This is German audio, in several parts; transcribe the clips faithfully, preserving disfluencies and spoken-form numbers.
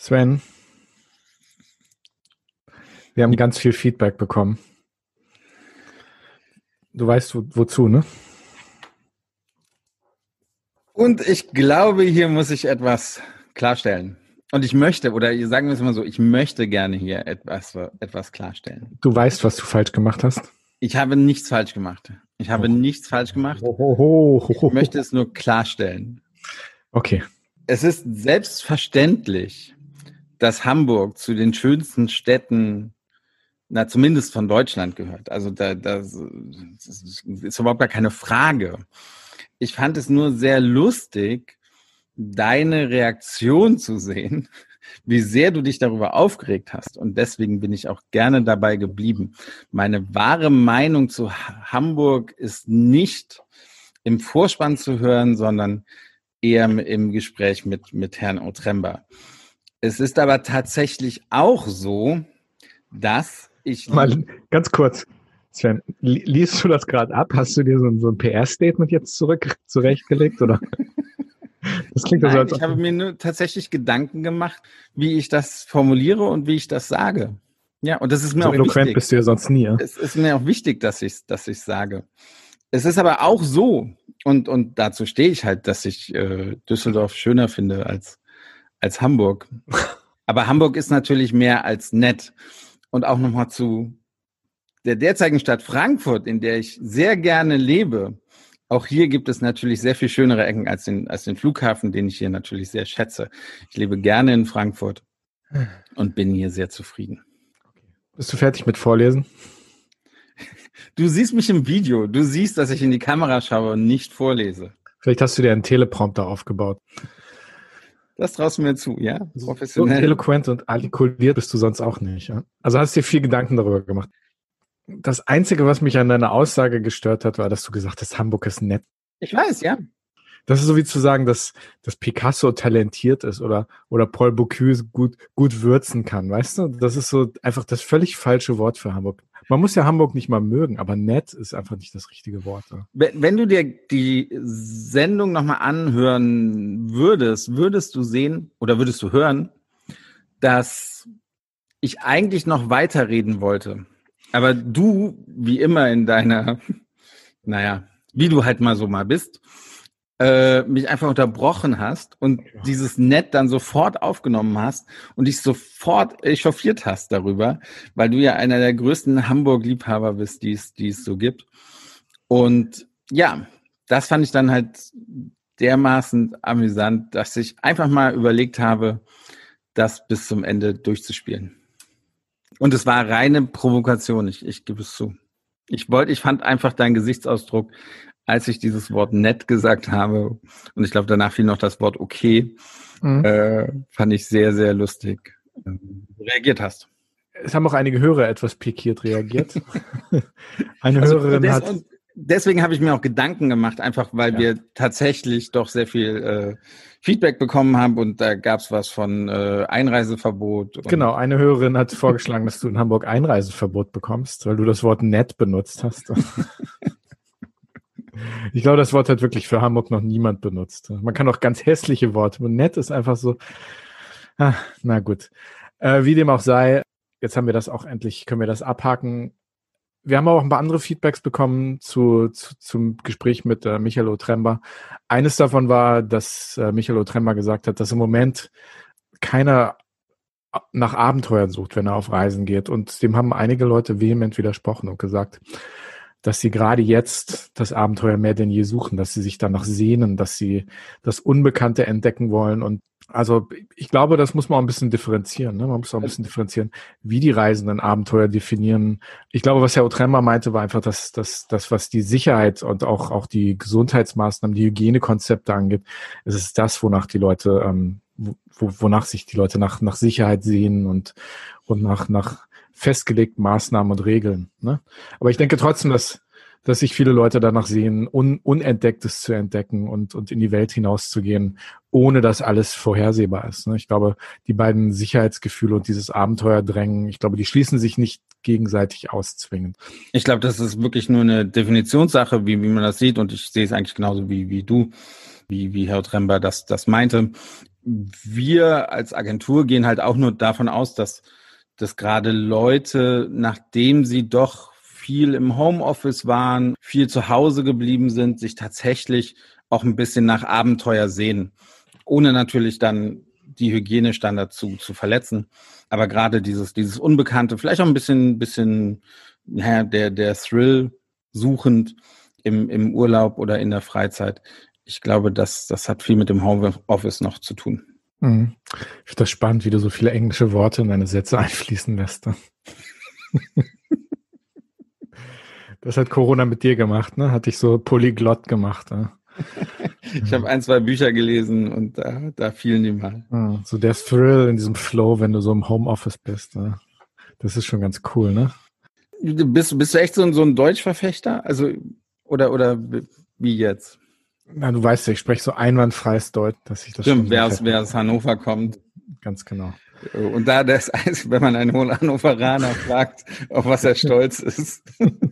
Sven, wir haben ganz viel Feedback bekommen. Du weißt wo, wozu, ne? Und ich glaube, hier muss ich etwas klarstellen. Und ich möchte, oder sagen wir es mal so, ich möchte gerne hier etwas, etwas klarstellen. Du weißt, was du falsch gemacht hast? Ich habe nichts falsch gemacht. Ich habe oh. nichts falsch gemacht. Oh, oh, oh, oh, oh. Ich möchte es nur klarstellen. Okay. Es ist selbstverständlich, dass Hamburg zu den schönsten Städten, na zumindest von Deutschland gehört. Also da, das ist überhaupt gar keine Frage. Ich fand es nur sehr lustig, deine Reaktion zu sehen, wie sehr du dich darüber aufgeregt hast. Und deswegen bin ich auch gerne dabei geblieben. Meine wahre Meinung zu Hamburg ist nicht im Vorspann zu hören, sondern eher im Gespräch mit, mit Herrn Otremba. Es ist aber tatsächlich auch so, dass ich... Mal ganz kurz, Sven, liest du das gerade ab? Hast du dir so ein, so ein P R-Statement jetzt zurück zurechtgelegt, oder? Das klingt Nein, so, als ich habe mir nur tatsächlich Gedanken gemacht, wie ich das formuliere und wie ich das sage. Ja, und das ist mir so auch eloquent wichtig. Bist du ja sonst nie, ja? Es ist mir auch wichtig, dass ich dass ich sage. Es ist aber auch so, und und dazu stehe ich halt, dass ich äh, Düsseldorf schöner finde als als Hamburg. Aber Hamburg ist natürlich mehr als nett. Und auch nochmal zu der derzeitigen Stadt Frankfurt, in der ich sehr gerne lebe. Auch hier gibt es natürlich sehr viel schönere Ecken als den, als den Flughafen, den ich hier natürlich sehr schätze. Ich lebe gerne in Frankfurt und bin hier sehr zufrieden. Okay. Bist du fertig mit Vorlesen? Du siehst mich im Video. Du siehst, dass ich in die Kamera schaue und nicht vorlese. Vielleicht hast du dir einen Teleprompter aufgebaut. Das traust du mir zu, ja? Professionell. So eloquent und artikuliert bist du sonst auch nicht. Ja? Also hast dir viel Gedanken darüber gemacht. Das Einzige, was mich an deiner Aussage gestört hat, war, dass du gesagt hast, Hamburg ist nett. Ich weiß, ja. Das ist so wie zu sagen, dass, dass Picasso talentiert ist oder, oder Paul Bocuse gut, gut würzen kann, weißt du? Das ist so einfach das völlig falsche Wort für Hamburg. Man muss ja Hamburg nicht mal mögen, aber nett ist einfach nicht das richtige Wort. Ja. Wenn, wenn du dir die Sendung nochmal anhören würdest, würdest du sehen oder würdest du hören, dass ich eigentlich noch weiterreden wollte. Aber du, wie immer in deiner, naja, wie du halt mal so mal bist, äh, mich einfach unterbrochen hast und ja. dieses Nett dann sofort aufgenommen hast und dich sofort echauffiert hast darüber, weil du ja einer der größten Hamburg-Liebhaber bist, die es, die es so gibt. Und ja, das fand ich dann halt dermaßen amüsant, dass ich einfach mal überlegt habe, das bis zum Ende durchzuspielen. Und es war reine Provokation, ich, ich gebe es zu. Ich wollte, ich fand einfach deinen Gesichtsausdruck, als ich dieses Wort nett gesagt habe, und ich glaube, danach fiel noch das Wort okay, mhm. äh, fand ich sehr, sehr lustig, äh, reagiert hast. Es haben auch einige Hörer etwas pikiert reagiert. Eine also Hörerin des, hat... Deswegen habe ich mir auch Gedanken gemacht, einfach weil ja. wir tatsächlich doch sehr viel äh, Feedback bekommen haben und da gab es was von äh, Einreiseverbot. Und genau, eine Hörerin hat vorgeschlagen, dass du in Hamburg Einreiseverbot bekommst, weil du das Wort nett benutzt hast. Ich glaube, das Wort hat wirklich für Hamburg noch niemand benutzt. Man kann auch ganz hässliche Worte, und nett ist einfach so, ah, na gut. Äh, wie dem auch sei, jetzt haben wir das auch endlich, können wir das abhaken. Wir haben auch ein paar andere Feedbacks bekommen zu, zu zum Gespräch mit äh, Michael Otremba. Eines davon war, dass äh, Michael Otremba gesagt hat, dass im Moment keiner nach Abenteuern sucht, wenn er auf Reisen geht. Und dem haben einige Leute vehement widersprochen und gesagt, dass sie gerade jetzt das Abenteuer mehr denn je suchen, dass sie sich danach sehnen, dass sie das Unbekannte entdecken wollen. Und also ich glaube, das muss man auch ein bisschen differenzieren. Ne? Man muss auch ein bisschen differenzieren, wie die Reisenden Abenteuer definieren. Ich glaube, was Herr Otremba meinte, war einfach, dass das, das, was die Sicherheit und auch, auch die Gesundheitsmaßnahmen, die Hygienekonzepte angeht, es ist das, wonach die Leute, ähm, wo, wonach sich die Leute nach, nach Sicherheit sehen und, und nach, nach festgelegten Maßnahmen und Regeln. Ne? Aber ich denke trotzdem, dass, dass sich viele Leute danach sehen, Un, Unentdecktes zu entdecken und, und in die Welt hinauszugehen, ohne dass alles vorhersehbar ist. Ne? Ich glaube, die beiden Sicherheitsgefühle und dieses Abenteuerdrängen, ich glaube, die schließen sich nicht gegenseitig aus zwingend. Ich glaube, das ist wirklich nur eine Definitionssache, wie, wie man das sieht. Und ich sehe es eigentlich genauso wie, wie du, wie, wie Herr Otremba das, das meinte. wir als Agentur gehen halt auch nur davon aus, dass, dass gerade Leute, nachdem sie doch viel im Homeoffice waren, viel zu Hause geblieben sind, sich tatsächlich auch ein bisschen nach Abenteuer sehen, ohne natürlich dann die Hygienestandards zu, zu verletzen. Aber gerade dieses, dieses Unbekannte, vielleicht auch ein bisschen, bisschen, ja, der, der Thrill suchend im, im Urlaub oder in der Freizeit. Ich glaube, das, das hat viel mit dem Homeoffice noch zu tun. Mhm. Ich finde das spannend, wie du so viele englische Worte in deine Sätze einfließen lässt. Das hat Corona mit dir gemacht, ne? Hat dich so polyglott gemacht. Ne? Ich habe ein, zwei Bücher gelesen und da, da fielen die mal. Ja, so der Thrill in diesem Flow, wenn du so im Homeoffice bist. Ne? Das ist schon ganz cool, ne? Bist, bist du echt so ein, so ein Deutschverfechter? Also, oder, oder wie jetzt? Na, du weißt ja, ich spreche so einwandfreies Deutsch, dass ich das Stimmt, schon wer aus, wer aus Hannover kommt. Ganz genau. Und da das, wenn man einen Hannoveraner fragt, auf was er stolz ist,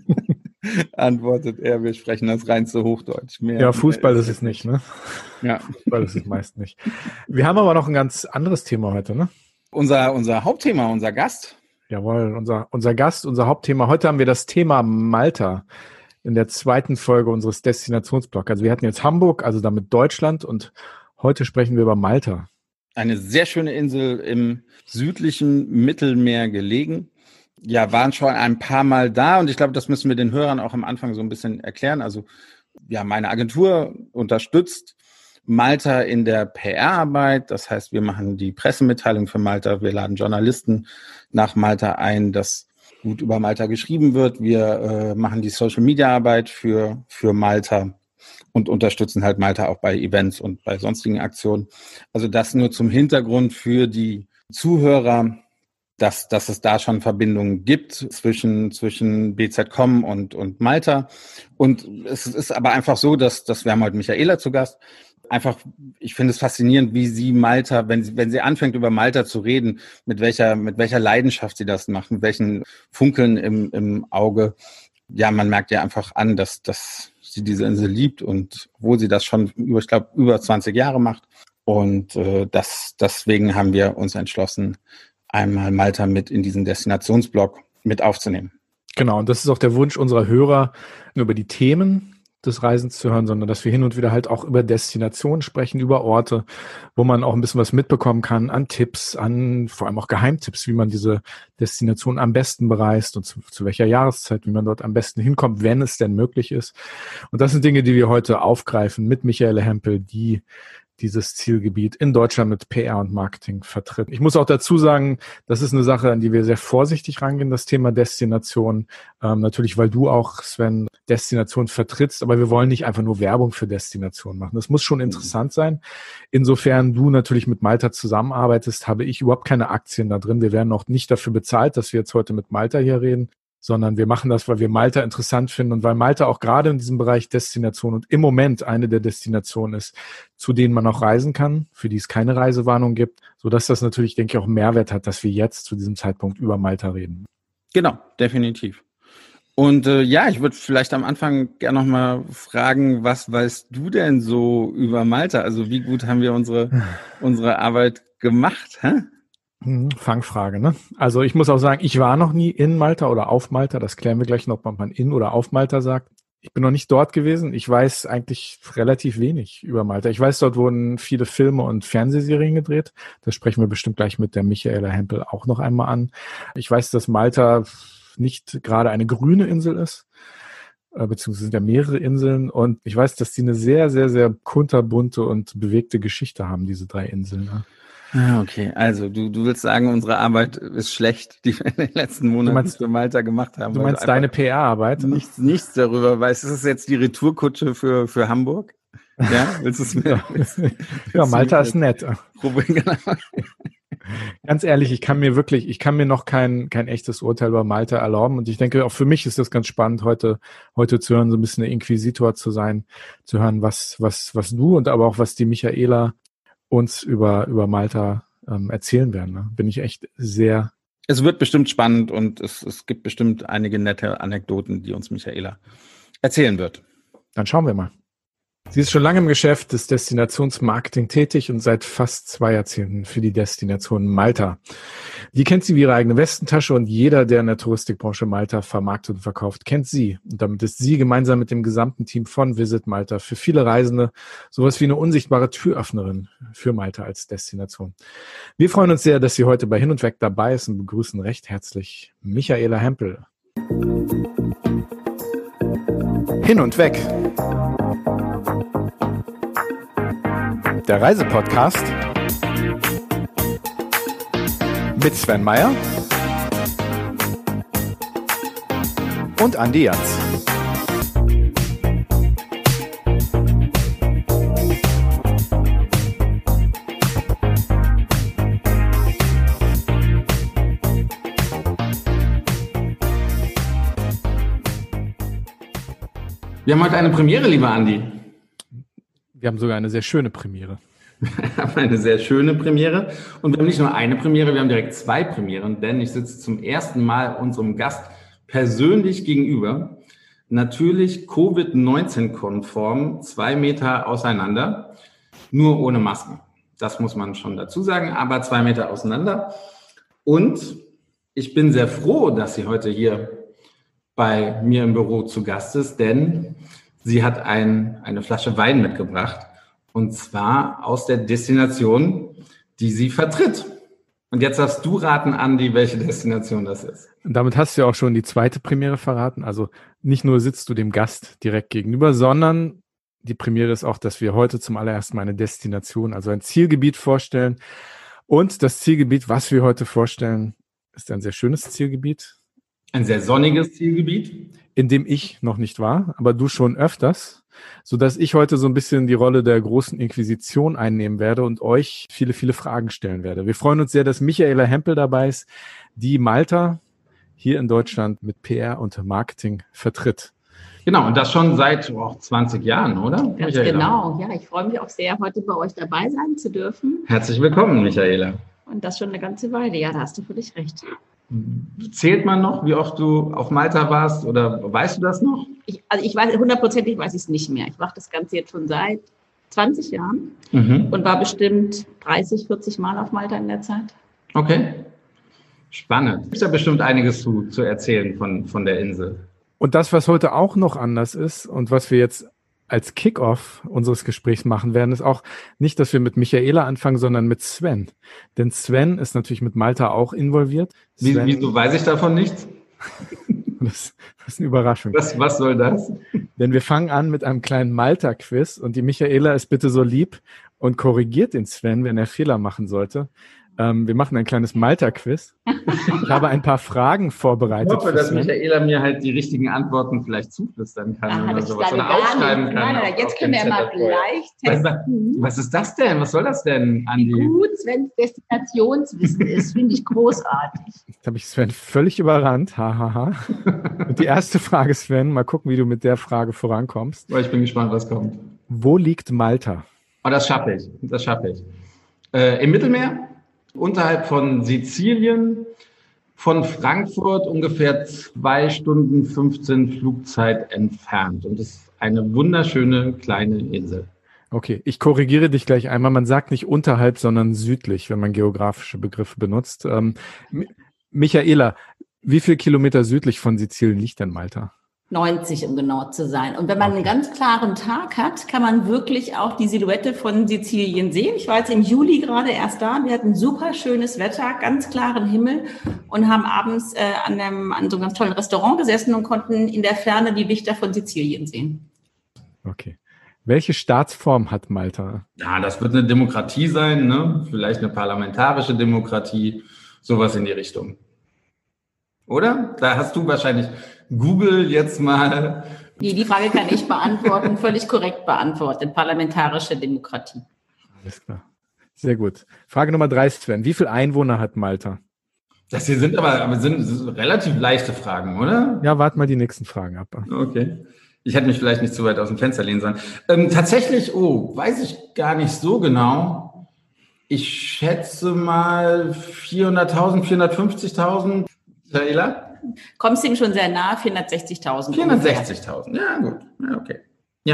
antwortet er, wir sprechen das rein zu Hochdeutsch. Mehr, ja, Fußball mehr ist es nicht, ne? Ja. Fußball ist es meist nicht. Wir haben aber noch ein ganz anderes Thema heute, ne? Unser, unser Hauptthema, unser Gast. Jawohl, unser, unser Gast, unser Hauptthema. Heute haben wir das Thema Malta in der zweiten Folge unseres Destinationsblocks. Also wir hatten jetzt Hamburg, also damit Deutschland, und heute sprechen wir über Malta. Eine sehr schöne Insel im südlichen Mittelmeer gelegen. Ja, waren schon ein paar Mal da und ich glaube, das müssen wir den Hörern auch am Anfang so ein bisschen erklären. Also ja, meine Agentur unterstützt Malta in der P R-Arbeit. Das heißt, wir machen die Pressemitteilung für Malta. Wir laden Journalisten nach Malta ein, dass gut über Malta geschrieben wird. Wir äh, machen die Social-Media-Arbeit für, für Malta und unterstützen halt Malta auch bei Events und bei sonstigen Aktionen. Also das nur zum Hintergrund für die Zuhörer, dass, dass es da schon Verbindungen gibt zwischen, zwischen B Z Punkt com und, und Malta. Und es ist aber einfach so, dass, dass wir haben heute Michaela zu Gast. Einfach, ich finde es faszinierend, wie sie Malta, wenn sie, wenn sie anfängt, über Malta zu reden, mit welcher, mit welcher Leidenschaft sie das macht, mit welchen Funkeln im, im Auge. Ja, man merkt ja einfach an, dass, dass sie diese Insel liebt und obwohl sie das schon über, ich glaube, über zwanzig Jahre macht. Und äh, das, deswegen haben wir uns entschlossen, einmal Malta mit in diesen Destinationsblog mit aufzunehmen. Genau, und das ist auch der Wunsch unserer Hörer, nur über die Themen des Reisens zu hören, sondern dass wir hin und wieder halt auch über Destinationen sprechen, über Orte, wo man auch ein bisschen was mitbekommen kann an Tipps, an vor allem auch Geheimtipps, wie man diese Destination am besten bereist und zu, zu welcher Jahreszeit, wie man dort am besten hinkommt, wenn es denn möglich ist. Und das sind Dinge, die wir heute aufgreifen mit Michaela Hempel, die dieses Zielgebiet in Deutschland mit P R und Marketing vertritt. Ich muss auch dazu sagen, das ist eine Sache, an die wir sehr vorsichtig rangehen, das Thema Destination. Ähm, natürlich, weil du auch, Sven, Destination vertrittst, aber wir wollen nicht einfach nur Werbung für Destination machen. Das muss schon interessant sein. Insofern du natürlich mit Malta zusammenarbeitest, habe ich überhaupt keine Aktien da drin. Wir werden auch nicht dafür bezahlt, dass wir jetzt heute mit Malta hier reden, sondern wir machen das, weil wir Malta interessant finden und weil Malta auch gerade in diesem Bereich Destination und im Moment eine der Destinationen ist, zu denen man auch reisen kann, für die es keine Reisewarnung gibt, sodass das natürlich, denke ich, auch Mehrwert hat, dass wir jetzt zu diesem Zeitpunkt über Malta reden. Genau, definitiv. Und äh, ja, ich würde vielleicht am Anfang gerne nochmal fragen, was weißt du denn so über Malta? Also wie gut haben wir unsere, unsere Arbeit gemacht? Hä? Fangfrage, ne? Also ich muss auch sagen, ich war noch nie in Malta oder auf Malta. Das klären wir gleich noch, ob man in oder auf Malta sagt. Ich bin noch nicht dort gewesen. Ich weiß eigentlich relativ wenig über Malta. Ich weiß, dort wurden viele Filme und Fernsehserien gedreht. Das sprechen wir bestimmt gleich mit der Michaela Hempel auch noch einmal an. Ich weiß, dass Malta nicht gerade eine grüne Insel ist, beziehungsweise sind ja mehrere Inseln. Und ich weiß, dass die eine sehr, sehr, sehr kunterbunte und bewegte Geschichte haben, diese drei Inseln. Ne? Ah, okay, also du, du willst sagen, unsere Arbeit ist schlecht, die wir in den letzten Monaten meinst, für Malta gemacht haben. Du meinst deine P R-Arbeit? Nichts, nichts darüber weißt. Ist es jetzt die Retourkutsche für, für Hamburg? Ja, willst du es mir? Willst, willst ja, Malta ist nett. Genau. Ganz ehrlich, ich kann mir wirklich, ich kann mir noch kein, kein echtes Urteil über Malta erlauben. Und ich denke, auch für mich ist das ganz spannend, heute, heute zu hören, so ein bisschen ein Inquisitor zu sein, zu hören, was, was, was du und aber auch was die Michaela uns über, über Malta ähm, erzählen werden. Ne? Bin ich echt sehr... Es wird bestimmt spannend und es, es gibt bestimmt einige nette Anekdoten, die uns Michaela erzählen wird. Dann schauen wir mal. Sie ist schon lange im Geschäft des Destinationsmarketing tätig und seit fast zwei Jahrzehnten für die Destination Malta. Die kennt sie wie ihre eigene Westentasche und jeder, der in der Touristikbranche Malta vermarktet und verkauft, kennt sie. Und damit ist sie gemeinsam mit dem gesamten Team von Visit Malta für viele Reisende sowas wie eine unsichtbare Türöffnerin für Malta als Destination. Wir freuen uns sehr, dass sie heute bei Hin und Weg dabei ist und begrüßen recht herzlich Michaela Hempel. Hin und Weg. Der Reisepodcast mit Sven Meyer und Andi Jans. Wir haben heute eine Premiere, lieber Andi. Wir haben sogar eine sehr schöne Premiere. Wir haben eine sehr schöne Premiere. Und wir haben nicht nur eine Premiere, wir haben direkt zwei Premieren, denn ich sitze zum ersten Mal unserem Gast persönlich gegenüber. Natürlich Covid neunzehn konform, zwei Meter auseinander, nur ohne Masken. Das muss man schon dazu sagen, aber zwei Meter auseinander. Und ich bin sehr froh, dass sie heute hier bei mir im Büro zu Gast ist, denn sie hat ein, eine Flasche Wein mitgebracht und zwar aus der Destination, die sie vertritt. Und jetzt darfst du raten, Andi, welche Destination das ist. Und damit hast du ja auch schon die zweite Premiere verraten. Also nicht nur sitzt du dem Gast direkt gegenüber, sondern die Premiere ist auch, dass wir heute zum allerersten Mal eine Destination, also ein Zielgebiet vorstellen. Und das Zielgebiet, was wir heute vorstellen, ist ein sehr schönes Zielgebiet. Ein sehr sonniges Zielgebiet. In dem ich noch nicht war, aber du schon öfters, sodass ich heute so ein bisschen die Rolle der großen Inquisition einnehmen werde und euch viele, viele Fragen stellen werde. Wir freuen uns sehr, dass Michaela Hempel dabei ist, die Malta hier in Deutschland mit P R und Marketing vertritt. Genau, und das schon seit oh, zwanzig Jahren, oder? Ganz Michaela? Genau, ja, ich freue mich auch sehr, heute bei euch dabei sein zu dürfen. Herzlich willkommen, Michaela. Und das schon eine ganze Weile, ja, da hast du völlig recht. Zählt man noch, wie oft du auf Malta warst oder weißt du das noch? Ich, also ich weiß, hundertprozentig weiß ich es nicht mehr. Ich mache das Ganze jetzt schon seit zwanzig Jahren Mhm. und war bestimmt dreißig, vierzig Mal auf Malta in der Zeit. Okay, spannend. Es gibt ja bestimmt einiges zu, zu erzählen von, von der Insel. Und das, was heute auch noch anders ist und was wir jetzt als Kick-Off unseres Gesprächs machen werden, ist auch nicht, dass wir mit Michaela anfangen, sondern mit Sven. Denn Sven ist natürlich mit Malta auch involviert. Wie, Sven, wieso weiß ich davon nichts? das, das ist eine Überraschung. Was, was soll das? Denn wir fangen an mit einem kleinen Malta-Quiz und die Michaela ist bitte so lieb und korrigiert den Sven, wenn er Fehler machen sollte. Ähm, wir machen ein kleines Malta-Quiz. Ich habe ein paar Fragen vorbereitet. Ich hoffe, für dass Sven. Michaela mir halt die richtigen Antworten vielleicht zuflüstern kann Aha, oder das sowas ist oder gar nicht. aufschreiben kann. Nein, nein, auf- nein, jetzt auf können dem wir mal Zettel vorher. gleich Was, testen, was ist das denn? Was soll das denn, wie Andi? gut Svens Destinationswissen ist. Finde ich großartig. Jetzt habe ich Sven völlig überrannt. Ha, ha, ha. Und die erste Frage, Sven, mal gucken, wie du mit der Frage vorankommst. Oh, ich bin gespannt, was kommt. Wo liegt Malta? Oh, das schaffe ich. Das schaffe ich. Äh, Im Mittelmeer, unterhalb von Sizilien, von Frankfurt ungefähr zwei Stunden fünfzehn Flugzeit entfernt. Und das ist eine wunderschöne kleine Insel. Okay, ich korrigiere dich gleich einmal. Man sagt nicht unterhalb, sondern südlich, wenn man geografische Begriffe benutzt. Ähm, Mi- Michaela, wie viel Kilometer südlich von Sizilien liegt denn Malta? neunzig, um genau zu sein. Und wenn man einen ganz klaren Tag hat, kann man wirklich auch die Silhouette von Sizilien sehen. Ich war jetzt im Juli gerade erst da. Wir hatten super schönes Wetter, ganz klaren Himmel und haben abends äh, an, einem, an so einem ganz tollen Restaurant gesessen und konnten in der Ferne die Lichter von Sizilien sehen. Okay. Welche Staatsform hat Malta? Ja, das wird eine Demokratie sein, ne? Vielleicht eine parlamentarische Demokratie, sowas in die Richtung. Oder? Da hast du wahrscheinlich Google jetzt mal. Die, die Frage kann ich beantworten, völlig korrekt beantwortet. Parlamentarische Demokratie. Alles klar. Sehr gut. Frage Nummer drei, Sven. Wie viele Einwohner hat Malta? Das hier sind aber, aber sind, sind relativ leichte Fragen, oder? Ja, warte mal die nächsten Fragen ab. Okay. Ich hätte mich vielleicht nicht zu weit aus dem Fenster lehnen sollen. Ähm, tatsächlich, oh, weiß ich gar nicht so genau. Ich schätze mal vierhunderttausend, vierhundertfünfzigtausend. Michaela? Kommst du ihm schon sehr nah, vierhundertsechzigtausend. vierhundertsechzigtausend, ja gut, ja, okay. Ja,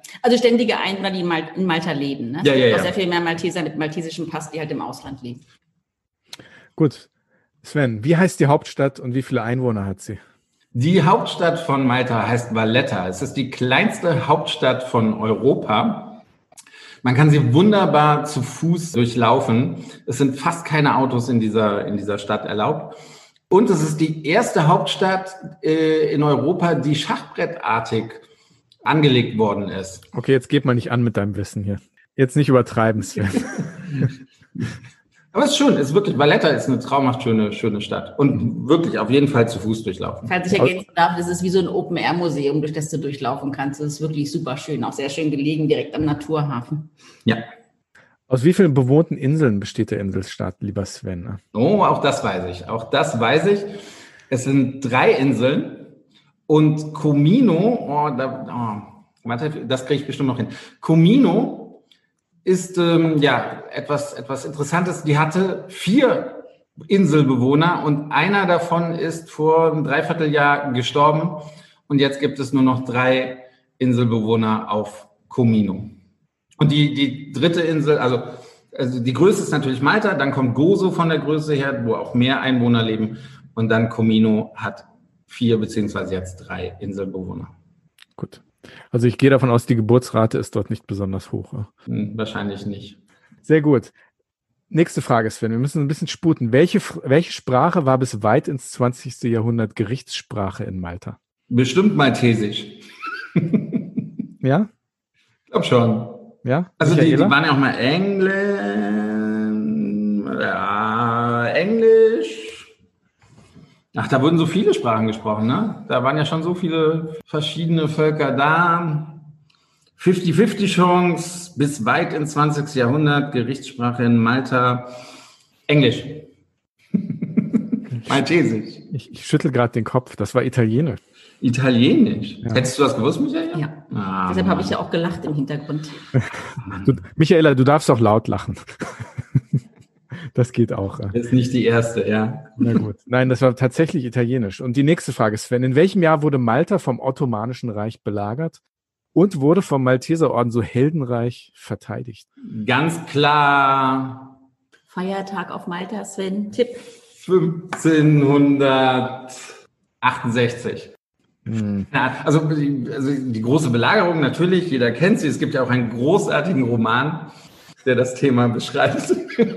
Also ständige Einwohner, die in, Mal- in Malta leben. Ne? Ja, ja, ja. Auch sehr viel mehr Malteser mit maltesischem Pass, die halt im Ausland leben. Gut. Sven, wie heißt die Hauptstadt und wie viele Einwohner hat sie? Die Hauptstadt von Malta heißt Valletta. Es ist die kleinste Hauptstadt von Europa. Man kann sie wunderbar zu Fuß durchlaufen. Es sind fast keine Autos in dieser, in dieser Stadt erlaubt. Und es ist die erste Hauptstadt äh, in Europa, die schachbrettartig angelegt worden ist. Okay, jetzt geht mal nicht an mit deinem Wissen hier. Jetzt nicht übertreiben, Sven. Aber es ist schön, es ist wirklich, Valletta ist eine traumhaft schöne, schöne Stadt. Und wirklich auf jeden Fall zu Fuß durchlaufen. Falls ich ergänzen darf, das ist wie so ein Open-Air-Museum, durch das du durchlaufen kannst. Das ist wirklich super schön, auch sehr schön gelegen, direkt am Naturhafen. Ja. Aus wie vielen bewohnten Inseln besteht der Inselstaat, lieber Sven? Oh, auch das weiß ich. Auch das weiß ich. Es sind drei Inseln und Comino, oh, da, oh, warte, das kriege ich bestimmt noch hin. Comino ist ähm, ja etwas, etwas Interessantes. Die hatte vier Inselbewohner und einer davon ist vor einem Dreivierteljahr gestorben und jetzt gibt es nur noch drei Inselbewohner auf Comino. Und die, die dritte Insel, also, also die größte ist natürlich Malta, dann kommt Gozo von der Größe her, wo auch mehr Einwohner leben. Und dann Comino hat vier beziehungsweise jetzt drei Inselbewohner. Gut. Also ich gehe davon aus, die Geburtsrate ist dort nicht besonders hoch. Ja? Hm, wahrscheinlich nicht. Sehr gut. Nächste Frage, Sven. Wir müssen ein bisschen sputen. Welche, welche Sprache war bis weit ins zwanzigste Jahrhundert Gerichtssprache in Malta? Bestimmt maltesisch. Ja? Ich glaube schon. Ja? Also die, die Michaela? waren ja auch mal Englisch, ja, Englisch. Ach, da wurden so viele Sprachen gesprochen, ne? Da waren ja schon so viele verschiedene Völker da. fünfzig fünfzig Chance bis weit ins zwanzigste Jahrhundert, Gerichtssprache in Malta, Englisch. Maltesisch. Ich, ich schüttel gerade den Kopf. Das war Italienisch. Italienisch. Ja. Hättest du das gewusst, Michael? Ja. Ah, Deshalb habe ich ja auch gelacht im Hintergrund. Du, Michaela, du darfst auch laut lachen. Das geht auch. Ja. Das ist nicht die erste, ja. Na gut. Nein, das war tatsächlich Italienisch. Und die nächste Frage, Sven. In welchem Jahr wurde Malta vom Ottomanischen Reich belagert und wurde vom Malteserorden so heldenreich verteidigt? Ganz klar Feiertag auf Malta, Sven. Tipp. fünfzehnhundertachtundsechzig. Hm. Ja, also, die, also die große Belagerung natürlich, jeder kennt sie. Es gibt ja auch einen großartigen Roman, der das Thema beschreibt.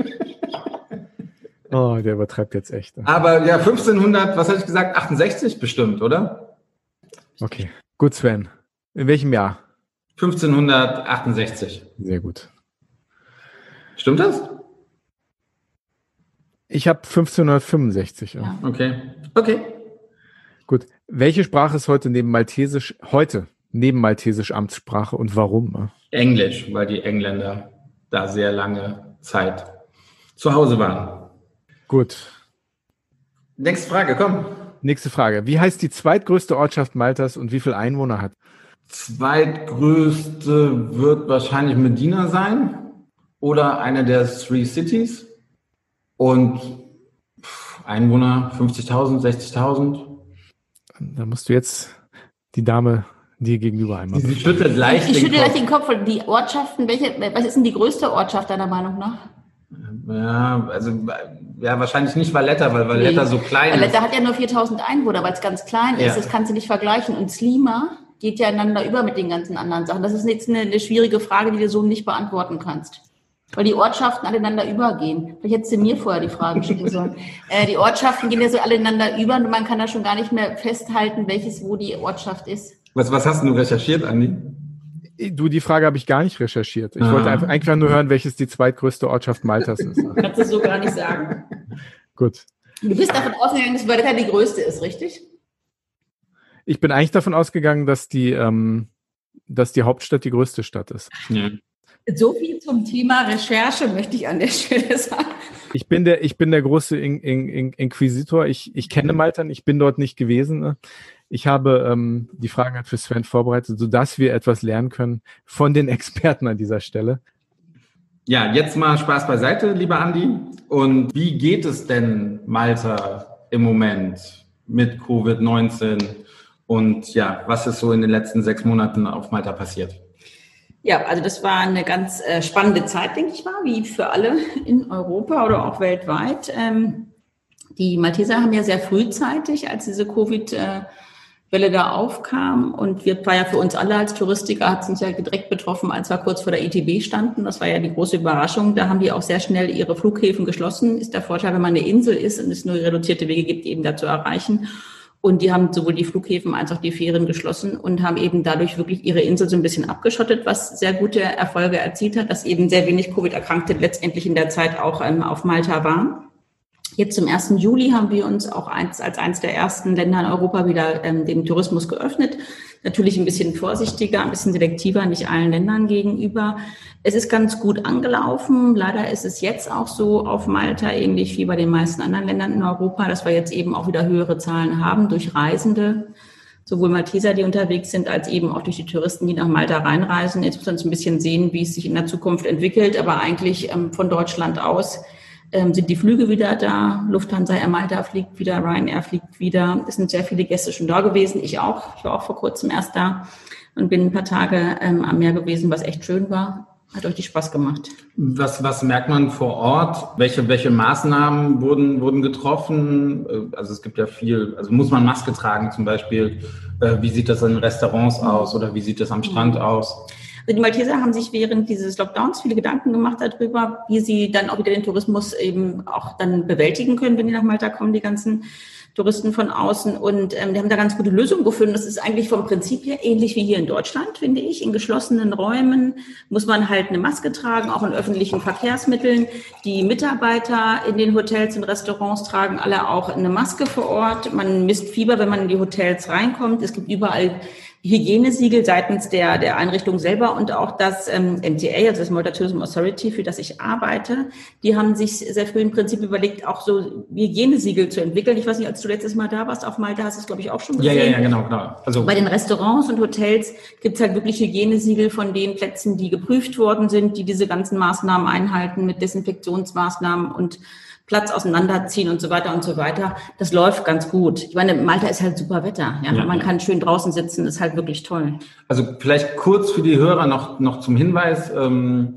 Oh, der übertreibt jetzt echt. Aber ja, fünfzehnhundert, was hatte ich gesagt? achtundsechzig bestimmt, oder? Okay. Gut, Sven. In welchem Jahr? fünfzehnhundertachtundsechzig. Sehr gut. Stimmt das? Ich habe fünfzehnhundertfünfundsechzig. Ja. Ja. Okay. Okay. Gut. Welche Sprache ist heute neben Maltesisch, heute neben Maltesisch Amtssprache und warum? Englisch, weil die Engländer da sehr lange Zeit zu Hause waren. Gut. Nächste Frage, komm. Nächste Frage. Wie heißt die zweitgrößte Ortschaft Maltas und wie viele Einwohner hat? Zweitgrößte wird wahrscheinlich Medina sein oder eine der Three Cities. Und Einwohner fünfzigtausend, sechzigtausend. Da musst du jetzt die Dame dir gegenüber einmal. Sie schüttelt leicht Ich den schüttle gleich Kopf. den Kopf. Die Ortschaften, welche, was ist denn die größte Ortschaft deiner Meinung nach? Ja, also ja, wahrscheinlich nicht Valletta, weil Valletta Nee. so klein Valletta ist. hat ja nur viertausend Einwohner, weil es ganz klein ist. Ja. Das kannst du nicht vergleichen. Und Slima geht ja einander über mit den ganzen anderen Sachen. Das ist jetzt eine, eine schwierige Frage, die du so nicht beantworten kannst. Weil die Ortschaften aneinander übergehen. Vielleicht hättest du mir vorher die Frage schicken sollen. äh, die Ortschaften gehen ja so alle ineinander über und man kann da schon gar nicht mehr festhalten, welches wo die Ortschaft ist. Was, was hast du recherchiert, Andi? Du, die Frage habe ich gar nicht recherchiert. Ich Ah. wollte einfach, einfach nur hören, welches die zweitgrößte Ortschaft Maltas ist. Kannst du so gar nicht sagen. Gut. Du bist davon ausgegangen, dass Valletta die größte ist, richtig? Ich bin eigentlich davon ausgegangen, dass die, ähm, dass die Hauptstadt die größte Stadt ist. Ja. So viel zum Thema Recherche möchte ich an der Stelle sagen. Ich bin der, ich bin der große In, In, In, Inquisitor. Ich, ich kenne Malta, ich bin dort nicht gewesen. Ne? Ich habe ähm, die Fragen halt für Sven vorbereitet, sodass wir etwas lernen können von den Experten an dieser Stelle. Ja, jetzt mal Spaß beiseite, lieber Andi. Und wie geht es denn Malta im Moment mit Covid neunzehn? Und ja, was ist so in den letzten sechs Monaten auf Malta passiert? Ja, also das war eine ganz äh, spannende Zeit, denke ich mal, wie für alle in Europa oder auch weltweit. Ähm, die Malteser haben ja sehr frühzeitig, als diese Covid-Welle da aufkam, und wir war ja für uns alle als Touristiker, hat es uns ja direkt betroffen, als wir kurz vor der I T B standen. Das war ja die große Überraschung. Da haben die auch sehr schnell ihre Flughäfen geschlossen. Ist der Vorteil, wenn man eine Insel ist und es nur reduzierte Wege gibt, eben da zu erreichen. Und die haben sowohl die Flughäfen als auch die Fähren geschlossen und haben eben dadurch wirklich ihre Insel so ein bisschen abgeschottet, was sehr gute Erfolge erzielt hat, dass eben sehr wenig Covid-Erkrankte letztendlich in der Zeit auch ähm, auf Malta waren. Jetzt zum ersten Juli haben wir uns auch eins, als eines der ersten Länder in Europa wieder ähm, dem Tourismus geöffnet. Natürlich ein bisschen vorsichtiger, ein bisschen selektiver, nicht allen Ländern gegenüber. Es ist ganz gut angelaufen. Leider ist es jetzt auch so auf Malta, ähnlich wie bei den meisten anderen Ländern in Europa, dass wir jetzt eben auch wieder höhere Zahlen haben durch Reisende, sowohl Malteser, die unterwegs sind, als eben auch durch die Touristen, die nach Malta reinreisen. Jetzt müssen wir uns ein bisschen sehen, wie es sich in der Zukunft entwickelt. Aber eigentlich ähm, von Deutschland aus ähm, sind die Flüge wieder da. Lufthansa Air Malta fliegt wieder, Ryanair fliegt wieder. Es sind sehr viele Gäste schon da gewesen. Ich auch. Ich war auch vor kurzem erst da und bin ein paar Tage ähm, am Meer gewesen, was echt schön war. Hat euch Spaß gemacht. Was, was merkt man vor Ort? Welche, welche Maßnahmen wurden, wurden getroffen? Also es gibt ja viel, also muss man Maske tragen zum Beispiel? Wie sieht das in Restaurants aus oder wie sieht das am Strand aus? Also die Malteser haben sich während dieses Lockdowns viele Gedanken gemacht darüber, wie sie dann auch wieder den Tourismus eben auch dann bewältigen können, wenn die nach Malta kommen, die ganzen Touristen von außen. Und ähm, die haben da ganz gute Lösungen gefunden. Das ist eigentlich vom Prinzip her ähnlich wie hier in Deutschland, finde ich. In geschlossenen Räumen muss man halt eine Maske tragen, auch in öffentlichen Verkehrsmitteln. Die Mitarbeiter in den Hotels und Restaurants tragen alle auch eine Maske vor Ort. Man misst Fieber, wenn man in die Hotels reinkommt. Es gibt überall Hygienesiegel seitens der, der Einrichtung selber, und auch das ähm, M T A, also das Malta Tourism Authority, für das ich arbeite, die haben sich sehr früh im Prinzip überlegt, auch so Hygienesiegel zu entwickeln. Ich weiß nicht, als du letztes Mal da warst auf Malta, hast du es, glaube ich, auch schon gesehen. Ja, ja, ja, genau, genau. Also bei den Restaurants und Hotels gibt es halt wirklich Hygienesiegel von den Plätzen, die geprüft worden sind, die diese ganzen Maßnahmen einhalten mit Desinfektionsmaßnahmen und Platz auseinanderziehen und so weiter und so weiter. Das läuft ganz gut. Ich meine, Malta ist halt super Wetter. Ja? Ja, man ja. kann schön draußen sitzen, ist halt wirklich toll. Also vielleicht kurz für die Hörer noch, noch zum Hinweis. Ähm,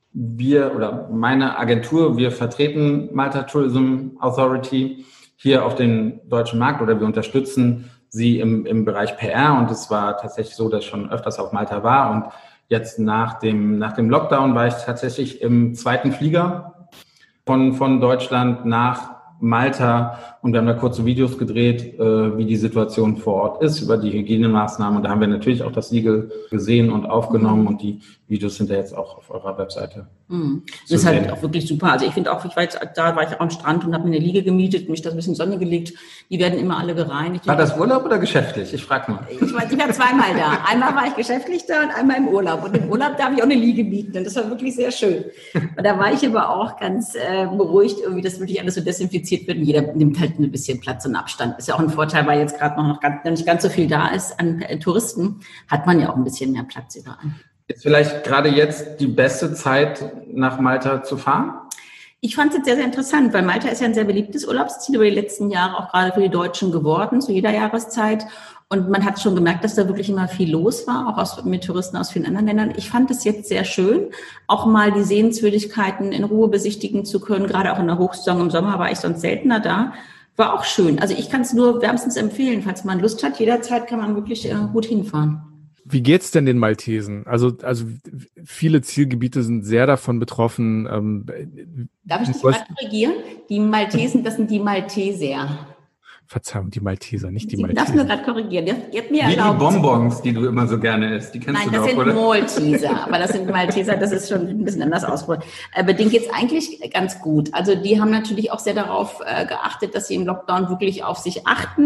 wir oder meine Agentur, wir vertreten Malta Tourism Authority hier auf den deutschen Markt, oder wir unterstützen sie im, im Bereich P R. Und es war tatsächlich so, dass ich schon öfters auf Malta war. Und jetzt nach dem, nach dem Lockdown war ich tatsächlich im zweiten Flieger von, von Deutschland nach Malta, und wir haben da kurze Videos gedreht, äh, wie die Situation vor Ort ist, über die Hygienemaßnahmen, und da haben wir natürlich auch das Siegel gesehen und aufgenommen, mhm. und die Videos sind ja jetzt auch auf eurer Webseite. Mhm. Das ist halt auch wirklich super. Also ich finde auch, ich war jetzt, da war ich auch am Strand und habe mir eine Liege gemietet, mich da ein bisschen Sonne gelegt. Die werden immer alle gereinigt. War das Urlaub oder geschäftlich? Ich frage mal. Ich war, ich war zweimal da. Einmal war ich geschäftlich da und einmal im Urlaub. Und im Urlaub darf ich auch eine Liege mieten, und das war wirklich sehr schön. Und da war ich aber auch ganz äh, beruhigt, irgendwie, dass wirklich alles so desinfiziert wird, und jeder nimmt halt ein bisschen Platz und Abstand. Ist ja auch ein Vorteil, weil jetzt gerade noch, noch ganz, nicht ganz so viel da ist an äh, Touristen, hat man ja auch ein bisschen mehr Platz überall. Ist vielleicht gerade jetzt die beste Zeit, nach Malta zu fahren? Ich fand es jetzt sehr, sehr interessant, weil Malta ist ja ein sehr beliebtes Urlaubsziel über die letzten Jahre, auch gerade für die Deutschen geworden, zu jeder Jahreszeit. Und man hat schon gemerkt, dass da wirklich immer viel los war, auch aus, mit Touristen aus vielen anderen Ländern. Ich fand es jetzt sehr schön, auch mal die Sehenswürdigkeiten in Ruhe besichtigen zu können. Gerade auch in der Hochsaison im Sommer war ich sonst seltener da. War auch schön. Also ich kann es nur wärmstens empfehlen, falls man Lust hat. Jederzeit kann man wirklich äh, gut hinfahren. Wie geht's denn den Maltesen? Also, also viele Zielgebiete sind sehr davon betroffen. Ähm, Darf ich dich gerade korrigieren? Die Maltesen, das sind die Malteser. Verzeihung, die Malteser, nicht die Sie Malteser. darfst nur gerade korrigieren. Ihr habt mir Wie erlaubt. die Bonbons, die du immer so gerne isst. Die kennst Nein, du das doch, sind oder? Malteser, aber das sind Malteser, das ist schon ein bisschen anders ausgedrückt. Aber denen geht's eigentlich ganz gut. Also die haben natürlich auch sehr darauf äh, geachtet, dass sie im Lockdown wirklich auf sich achten.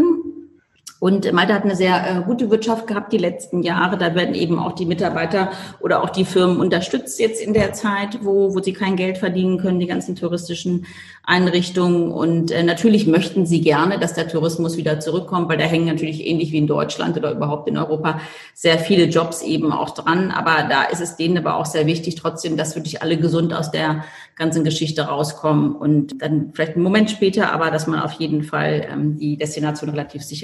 Und Malta hat eine sehr äh, gute Wirtschaft gehabt die letzten Jahre. Da werden eben auch die Mitarbeiter oder auch die Firmen unterstützt jetzt in der Zeit, wo, wo sie kein Geld verdienen können, die ganzen touristischen Einrichtungen. Und äh, natürlich möchten sie gerne, dass der Tourismus wieder zurückkommt, weil da hängen natürlich ähnlich wie in Deutschland oder überhaupt in Europa sehr viele Jobs eben auch dran. Aber da ist es denen aber auch sehr wichtig trotzdem, dass wirklich alle gesund aus der ganzen Geschichte rauskommen. Und dann vielleicht einen Moment später, aber dass man auf jeden Fall ähm, die Destination relativ sicher hat.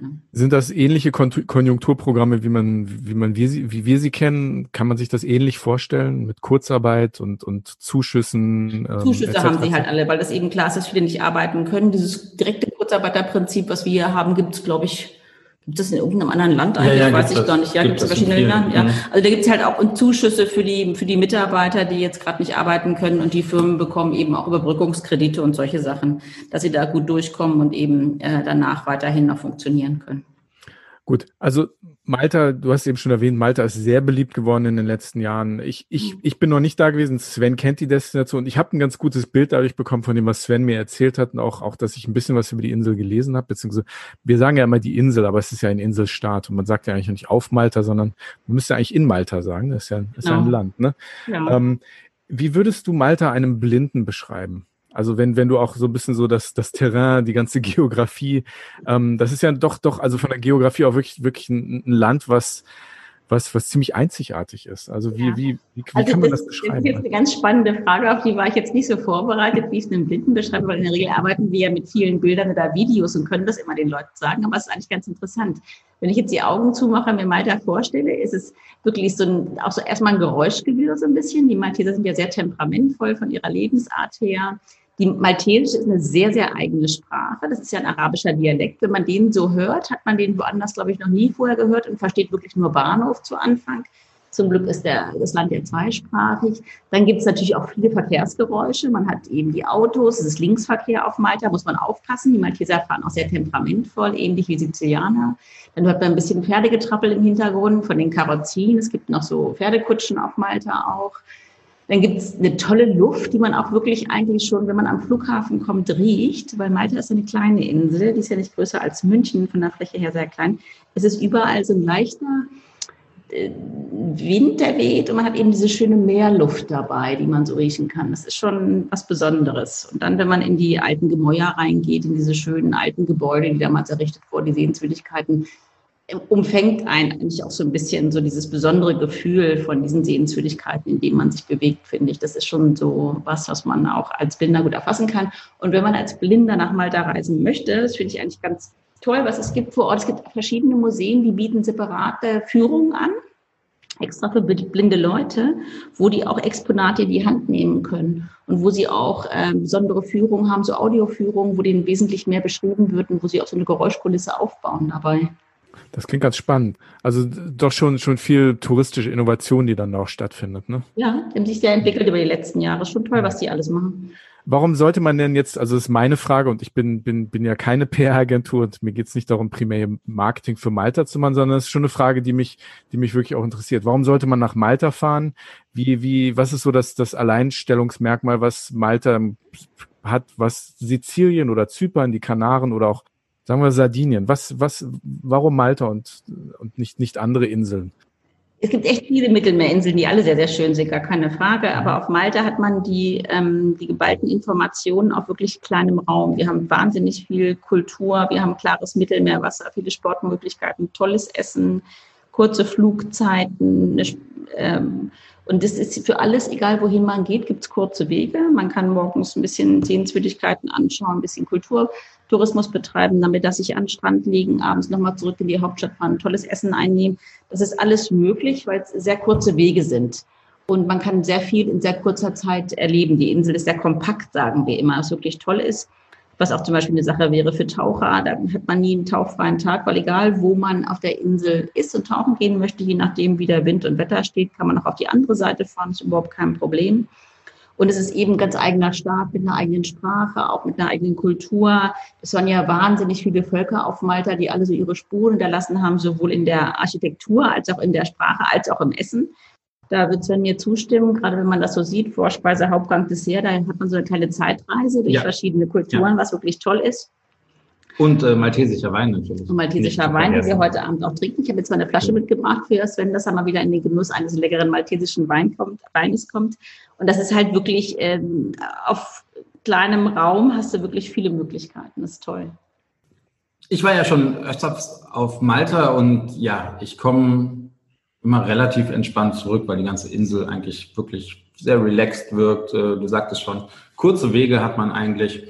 Ne? Sind das ähnliche Kon- Konjunkturprogramme, wie man, wie man, wir sie, wie wir sie kennen? Kann man sich das ähnlich vorstellen mit Kurzarbeit und, und Zuschüssen? Ähm, Zuschüsse et cetera haben sie halt alle, weil das eben klar ist, dass viele nicht arbeiten können. Dieses direkte Kurzarbeiterprinzip, was wir hier haben, gibt es, glaube ich, gibt es in irgendeinem anderen Land eigentlich? Ja, ja, weiß ich das, gar nicht. Ja, gibt es in verschiedenen Ländern? Ja. Also da gibt es halt auch Zuschüsse für die, für die Mitarbeiter, die jetzt gerade nicht arbeiten können, und die Firmen bekommen eben auch Überbrückungskredite und solche Sachen, dass sie da gut durchkommen und eben äh, danach weiterhin noch funktionieren können. Gut, also Malta, du hast eben schon erwähnt, Malta ist sehr beliebt geworden in den letzten Jahren. Ich, ich, ich bin noch nicht da gewesen. Sven kennt die Destination. Ich habe ein ganz gutes Bild dadurch bekommen von dem, was Sven mir erzählt hat, und auch, auch, dass ich ein bisschen was über die Insel gelesen habe, beziehungsweise wir sagen ja immer die Insel, aber es ist ja ein Inselstaat und man sagt ja eigentlich nicht auf Malta, sondern man müsste eigentlich in Malta sagen. Das ist ja, das ist ja ein Land, ne? Ja. Ähm, wie würdest du Malta einem Blinden beschreiben? Also wenn, wenn du auch so ein bisschen so das, das Terrain, die ganze Geografie, ähm, das ist ja doch, doch, also von der Geografie auch wirklich, wirklich ein, ein Land, was, was, was ziemlich einzigartig ist. Also wie, Ja. wie, wie, wie also kann man das, das beschreiben? Das ist jetzt eine ganz spannende Frage, auf die war ich jetzt nicht so vorbereitet, wie ich es einem Blinden beschreibe, weil in der Regel arbeiten wir ja mit vielen Bildern oder Videos und können das immer den Leuten sagen, aber es ist eigentlich ganz interessant. Wenn ich jetzt die Augen zumache und mir Malta vorstelle, ist es wirklich so ein, auch so erstmal ein Geräuschgewirr so ein bisschen. Die Malteser sind ja sehr temperamentvoll von ihrer Lebensart her. Die Maltesische ist eine sehr, sehr eigene Sprache. Das ist ja ein arabischer Dialekt. Wenn man den so hört, hat man den woanders, glaube ich, noch nie vorher gehört und versteht wirklich nur Bahnhof zu Anfang. Zum Glück ist der, das Land ja zweisprachig. Dann gibt es natürlich auch viele Verkehrsgeräusche. Man hat eben die Autos, es ist Linksverkehr auf Malta, muss man aufpassen. Die Malteser fahren auch sehr temperamentvoll, ähnlich wie Sizilianer. Dann hört man ein bisschen Pferdegetrappel im Hintergrund von den Karozzien. Es gibt noch so Pferdekutschen auf Malta auch. Dann gibt es eine tolle Luft, die man auch wirklich eigentlich schon, wenn man am Flughafen kommt, riecht, weil Malta ist eine kleine Insel, die ist ja nicht größer als München, von der Fläche her sehr klein. Es ist überall so ein leichter Wind, der weht, und man hat eben diese schöne Meerluft dabei, die man so riechen kann. Das ist schon was Besonderes. Und dann, wenn man in die alten Gemäuer reingeht, in diese schönen alten Gebäude, die damals errichtet wurden, die Sehenswürdigkeiten, umfängt einen eigentlich auch so ein bisschen so dieses besondere Gefühl von diesen Sehenswürdigkeiten, in denen man sich bewegt, finde ich. Das ist schon so was, was man auch als Blinder gut erfassen kann. Und wenn man als Blinder nach Malta reisen möchte, das finde ich eigentlich ganz toll, was es gibt vor Ort. Es gibt verschiedene Museen, die bieten separate Führungen an, extra für blinde Leute, wo die auch Exponate in die Hand nehmen können und wo sie auch äh, besondere Führungen haben, so Audioführungen, wo denen wesentlich mehr beschrieben wird und wo sie auch so eine Geräuschkulisse aufbauen dabei. Das klingt ganz spannend. Also doch schon, schon viel touristische Innovation, die dann auch stattfindet, ne? Ja, die haben sich sehr entwickelt über die letzten Jahre. Ist schon toll, was die alles machen. Warum sollte man denn jetzt, also das ist meine Frage, und ich bin, bin, bin ja keine P R-Agentur und mir geht es nicht darum, primär Marketing für Malta zu machen, sondern es ist schon eine Frage, die mich, die mich wirklich auch interessiert. Warum sollte man nach Malta fahren? Wie, wie, was ist so das, das Alleinstellungsmerkmal, was Malta hat, was Sizilien oder Zypern, die Kanaren oder auch, sagen wir, Sardinien? Was, was, warum Malta und, und nicht, nicht andere Inseln? Es gibt echt viele Mittelmeerinseln, die alle sehr, sehr schön sind, gar keine Frage. Aber auf Malta hat man die, ähm, die geballten Informationen auf wirklich kleinem Raum. Wir haben wahnsinnig viel Kultur, wir haben klares Mittelmeerwasser, viele Sportmöglichkeiten, tolles Essen, kurze Flugzeiten. Eine, ähm, und das ist für alles, egal wohin man geht, gibt es kurze Wege. Man kann morgens ein bisschen Sehenswürdigkeiten anschauen, ein bisschen Kulturtourismus betreiben, damit dass sich an den Strand legen, abends nochmal zurück in die Hauptstadt fahren, tolles Essen einnehmen. Das ist alles möglich, weil es sehr kurze Wege sind. Und man kann sehr viel in sehr kurzer Zeit erleben. Die Insel ist sehr kompakt, sagen wir immer, was wirklich toll ist. Was auch zum Beispiel eine Sache wäre für Taucher. Da hat man nie einen tauchfreien Tag, weil egal, wo man auf der Insel ist und tauchen gehen möchte, je nachdem, wie der Wind und Wetter steht, kann man auch auf die andere Seite fahren. Das ist überhaupt kein Problem. Und es ist eben ein ganz eigener Staat mit einer eigenen Sprache, auch mit einer eigenen Kultur. Es waren ja wahnsinnig viele Völker auf Malta, die alle so ihre Spuren hinterlassen haben, sowohl in der Architektur als auch in der Sprache, als auch im Essen. Da wird Sven mir zustimmen, gerade wenn man das so sieht, Vorspeise, Hauptgang, Dessert, da hat man so eine kleine Zeitreise durch ja. verschiedene Kulturen, ja. was wirklich toll ist. Und äh, maltesischer Wein natürlich. Und maltesischer Wein, den wir heute Abend auch trinken. Ich habe jetzt mal eine Flasche ja. mitgebracht für Sven, dass er mal wieder in den Genuss eines leckeren maltesischen Wein kommt, Weines kommt. Und das ist halt wirklich, ähm, auf kleinem Raum hast du wirklich viele Möglichkeiten. Das ist toll. Ich war ja schon öfters auf Malta und ja, ich komme immer relativ entspannt zurück, weil die ganze Insel eigentlich wirklich sehr relaxed wirkt. Du sagtest schon, kurze Wege hat man eigentlich.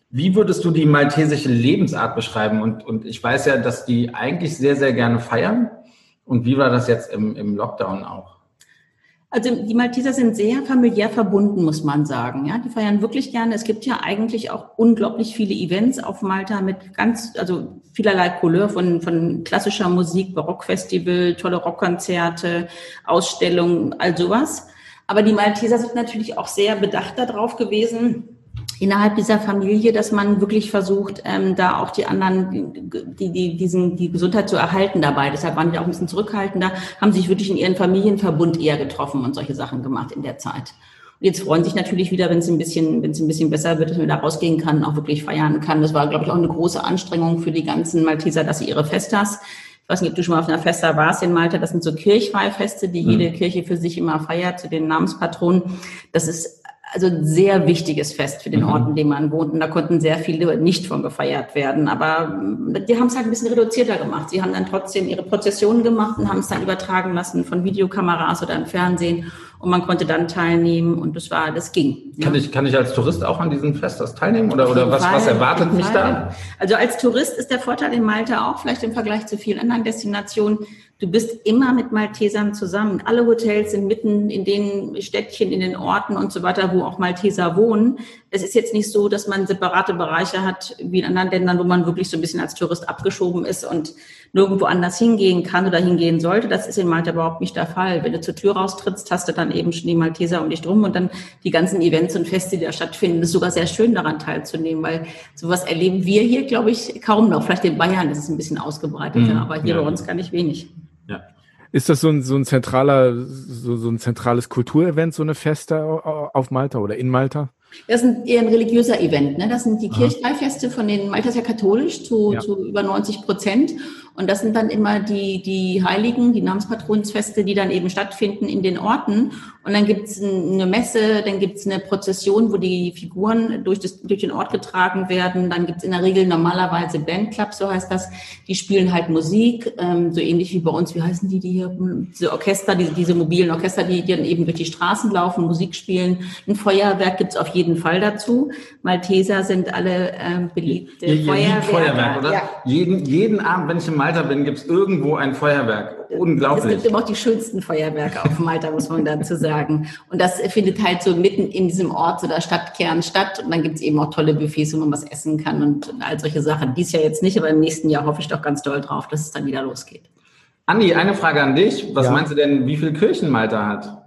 Wie würdest du die maltesische Lebensart beschreiben? Und, und ich weiß ja, dass die eigentlich sehr, sehr gerne feiern. Und wie war das jetzt im, im Lockdown auch? Also die Malteser sind sehr familiär verbunden, muss man sagen. Ja, die feiern wirklich gerne. Es gibt ja eigentlich auch unglaublich viele Events auf Malta mit ganz, also vielerlei Couleur von von klassischer Musik, Barockfestival, tolle Rockkonzerte, Ausstellungen, all sowas. Aber die Malteser sind natürlich auch sehr bedacht darauf gewesen, innerhalb dieser Familie, dass man wirklich versucht, ähm, da auch die anderen, die, die, diesen, die Gesundheit zu erhalten dabei. Deshalb waren die auch ein bisschen zurückhaltender, haben sich wirklich in ihren Familienverbund eher getroffen und solche Sachen gemacht in der Zeit. Und jetzt freuen sich natürlich wieder, wenn es ein bisschen, wenn es ein bisschen besser wird, dass man da rausgehen kann, auch wirklich feiern kann. Das war, glaube ich, auch eine große Anstrengung für die ganzen Malteser, dass sie ihre Festas, ich weiß nicht, ob du schon mal auf einer Festa warst in Malta, das sind so Kirchweihfeste, die jede mhm. Kirche für sich immer feiert, zu den Namenspatronen. Das ist also ein sehr wichtiges Fest für den Ort, in dem man wohnt. Und da konnten sehr viele nicht von gefeiert werden. Aber die haben es halt ein bisschen reduzierter gemacht. Sie haben dann trotzdem ihre Prozessionen gemacht und haben es dann übertragen lassen von Videokameras oder im Fernsehen. Und man konnte dann teilnehmen und das war, das ging. Kann ja. ich, kann ich als Tourist auch an diesem Fest das teilnehmen? Oder, oder was, was erwartet mich da? Also als Tourist ist der Vorteil in Malta auch, vielleicht im Vergleich zu vielen anderen Destinationen, du bist immer mit Maltesern zusammen. Alle Hotels sind mitten in den Städtchen, in den Orten und so weiter, wo auch Malteser wohnen. Es ist jetzt nicht so, dass man separate Bereiche hat, wie in anderen Ländern, wo man wirklich so ein bisschen als Tourist abgeschoben ist und nirgendwo anders hingehen kann oder hingehen sollte. Das ist in Malta überhaupt nicht der Fall. Wenn du zur Tür raustrittst, hast du dann eben schon die Malteser um dich drum und dann die ganzen Events und Feste, die da stattfinden. Das ist sogar sehr schön, daran teilzunehmen, weil sowas erleben wir hier, glaube ich, kaum noch. Vielleicht in Bayern ist es ein bisschen ausgebreiteter, mhm, aber hier ja. bei uns gar nicht wenig. Ja. Ist das so ein, so ein zentraler, so, so ein zentrales Kulturevent, so eine Feste auf Malta oder in Malta? Das ist eher ein religiöser Event, ne? Das sind die Kirchweihfeste von den, Malta ist ja katholisch zu, ja. zu über neunzig Prozent. Und das sind dann immer die, die Heiligen, die Namenspatronsfeste, die dann eben stattfinden in den Orten. Und dann gibt's eine Messe, dann gibt's eine Prozession, wo die Figuren durch, das, durch den Ort getragen werden. Dann gibt's in der Regel normalerweise Bandclubs, so heißt das. Die spielen halt Musik, ähm, so ähnlich wie bei uns. Wie heißen die, die hier, diese Orchester, diese, diese mobilen Orchester, die, die dann eben durch die Straßen laufen, Musik spielen. Ein Feuerwerk gibt's auf jeden Fall dazu. Malteser sind alle ähm, beliebte ihr, ihr Feuerwerke. Feuerwerk, oder? Ja. Jeden, jeden Abend, wenn ich in Malta bin, gibt's irgendwo ein Feuerwerk. Unglaublich. Es gibt immer auch die schönsten Feuerwerke auf Malta, muss man dazu sagen. Und das findet halt so mitten in diesem Ort oder Stadtkern statt. Und dann gibt's eben auch tolle Buffets, wo man was essen kann und all solche Sachen. Dies Jahr jetzt nicht, aber im nächsten Jahr hoffe ich doch ganz doll drauf, dass es dann wieder losgeht. Andi, eine Frage an dich. Was ja. meinst du denn, wie viele Kirchen Malta hat?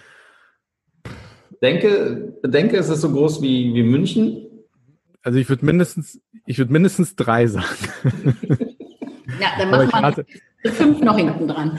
Denke, denke, es ist so groß wie, wie München. Also ich würde mindestens, ich würde mindestens drei sagen. Ja, dann machen wir hatte... fünf noch hinten dran.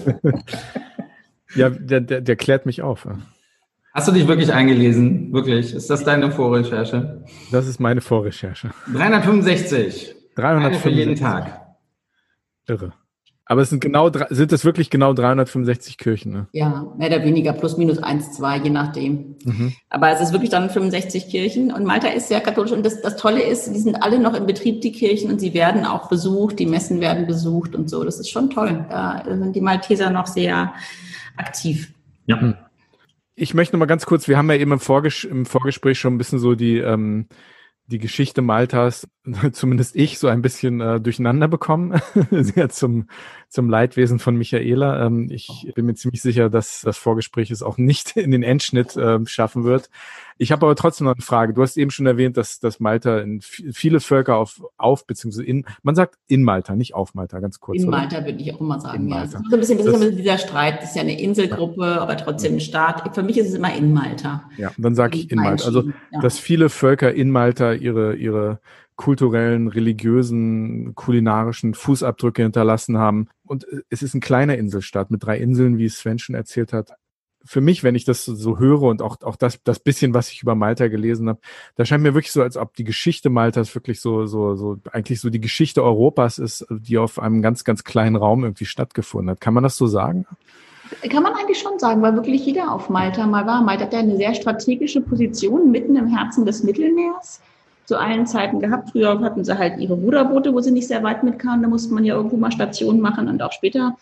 Ja, der, der, der klärt mich auf. Hast du dich wirklich eingelesen? Wirklich? Ist das deine Vorrecherche? Das ist meine Vorrecherche. dreihundertfünfundsechzig. dreihundertfünfundsechzig. Eine für jeden Tag. Irre. Aber es sind genau, sind es wirklich genau dreihundertfünfundsechzig Kirchen, ne? Ja, mehr oder weniger, plus minus eins, zwei, je nachdem. Mhm. Aber es ist wirklich dann fünfundsechzig Kirchen und Malta ist sehr katholisch und das, das Tolle ist, die sind alle noch in Betrieb, die Kirchen, und sie werden auch besucht, die Messen werden besucht und so. Das ist schon toll. Da sind die Malteser noch sehr aktiv. Ja. Ich möchte noch mal ganz kurz, wir haben ja eben im, Vorges- im Vorgespräch schon ein bisschen so die, ähm, die Geschichte Maltas, zumindest ich, so ein bisschen äh, durcheinander bekommen, sehr zum, zum Leidwesen von Michaela. Ähm, ich bin mir ziemlich sicher, dass das Vorgespräch es auch nicht in den Endschnitt äh, schaffen wird. Ich habe aber trotzdem noch eine Frage. Du hast eben schon erwähnt, dass, dass Malta in f- viele Völker auf, auf beziehungsweise in, man sagt in Malta, nicht auf Malta, ganz kurz. In oder? Malta würde ich auch immer sagen, in ja. Malta. Das ist so ein bisschen, das das, ist ein bisschen dieser Streit. Das ist ja eine Inselgruppe, ja. aber trotzdem ein Staat. Für mich ist es immer in Malta. Ja, und dann sage ich in Malta. Also, ja. dass viele Völker in Malta ihre, ihre kulturellen, religiösen, kulinarischen Fußabdrücke hinterlassen haben. Und es ist ein kleiner Inselstaat mit drei Inseln, wie Sven schon erzählt hat. Für mich, wenn ich das so höre und auch, auch das, das bisschen, was ich über Malta gelesen habe, da scheint mir wirklich so, als ob die Geschichte Maltas wirklich so, so, so, eigentlich so die Geschichte Europas ist, die auf einem ganz, ganz kleinen Raum irgendwie stattgefunden hat. Kann man das so sagen? Kann man eigentlich schon sagen, weil wirklich jeder auf Malta mal war. Malta hat ja eine sehr strategische Position mitten im Herzen des Mittelmeers zu allen Zeiten gehabt. Früher hatten sie halt ihre Ruderboote, wo sie nicht sehr weit mitkamen. Da musste man ja irgendwo mal Stationen machen und auch später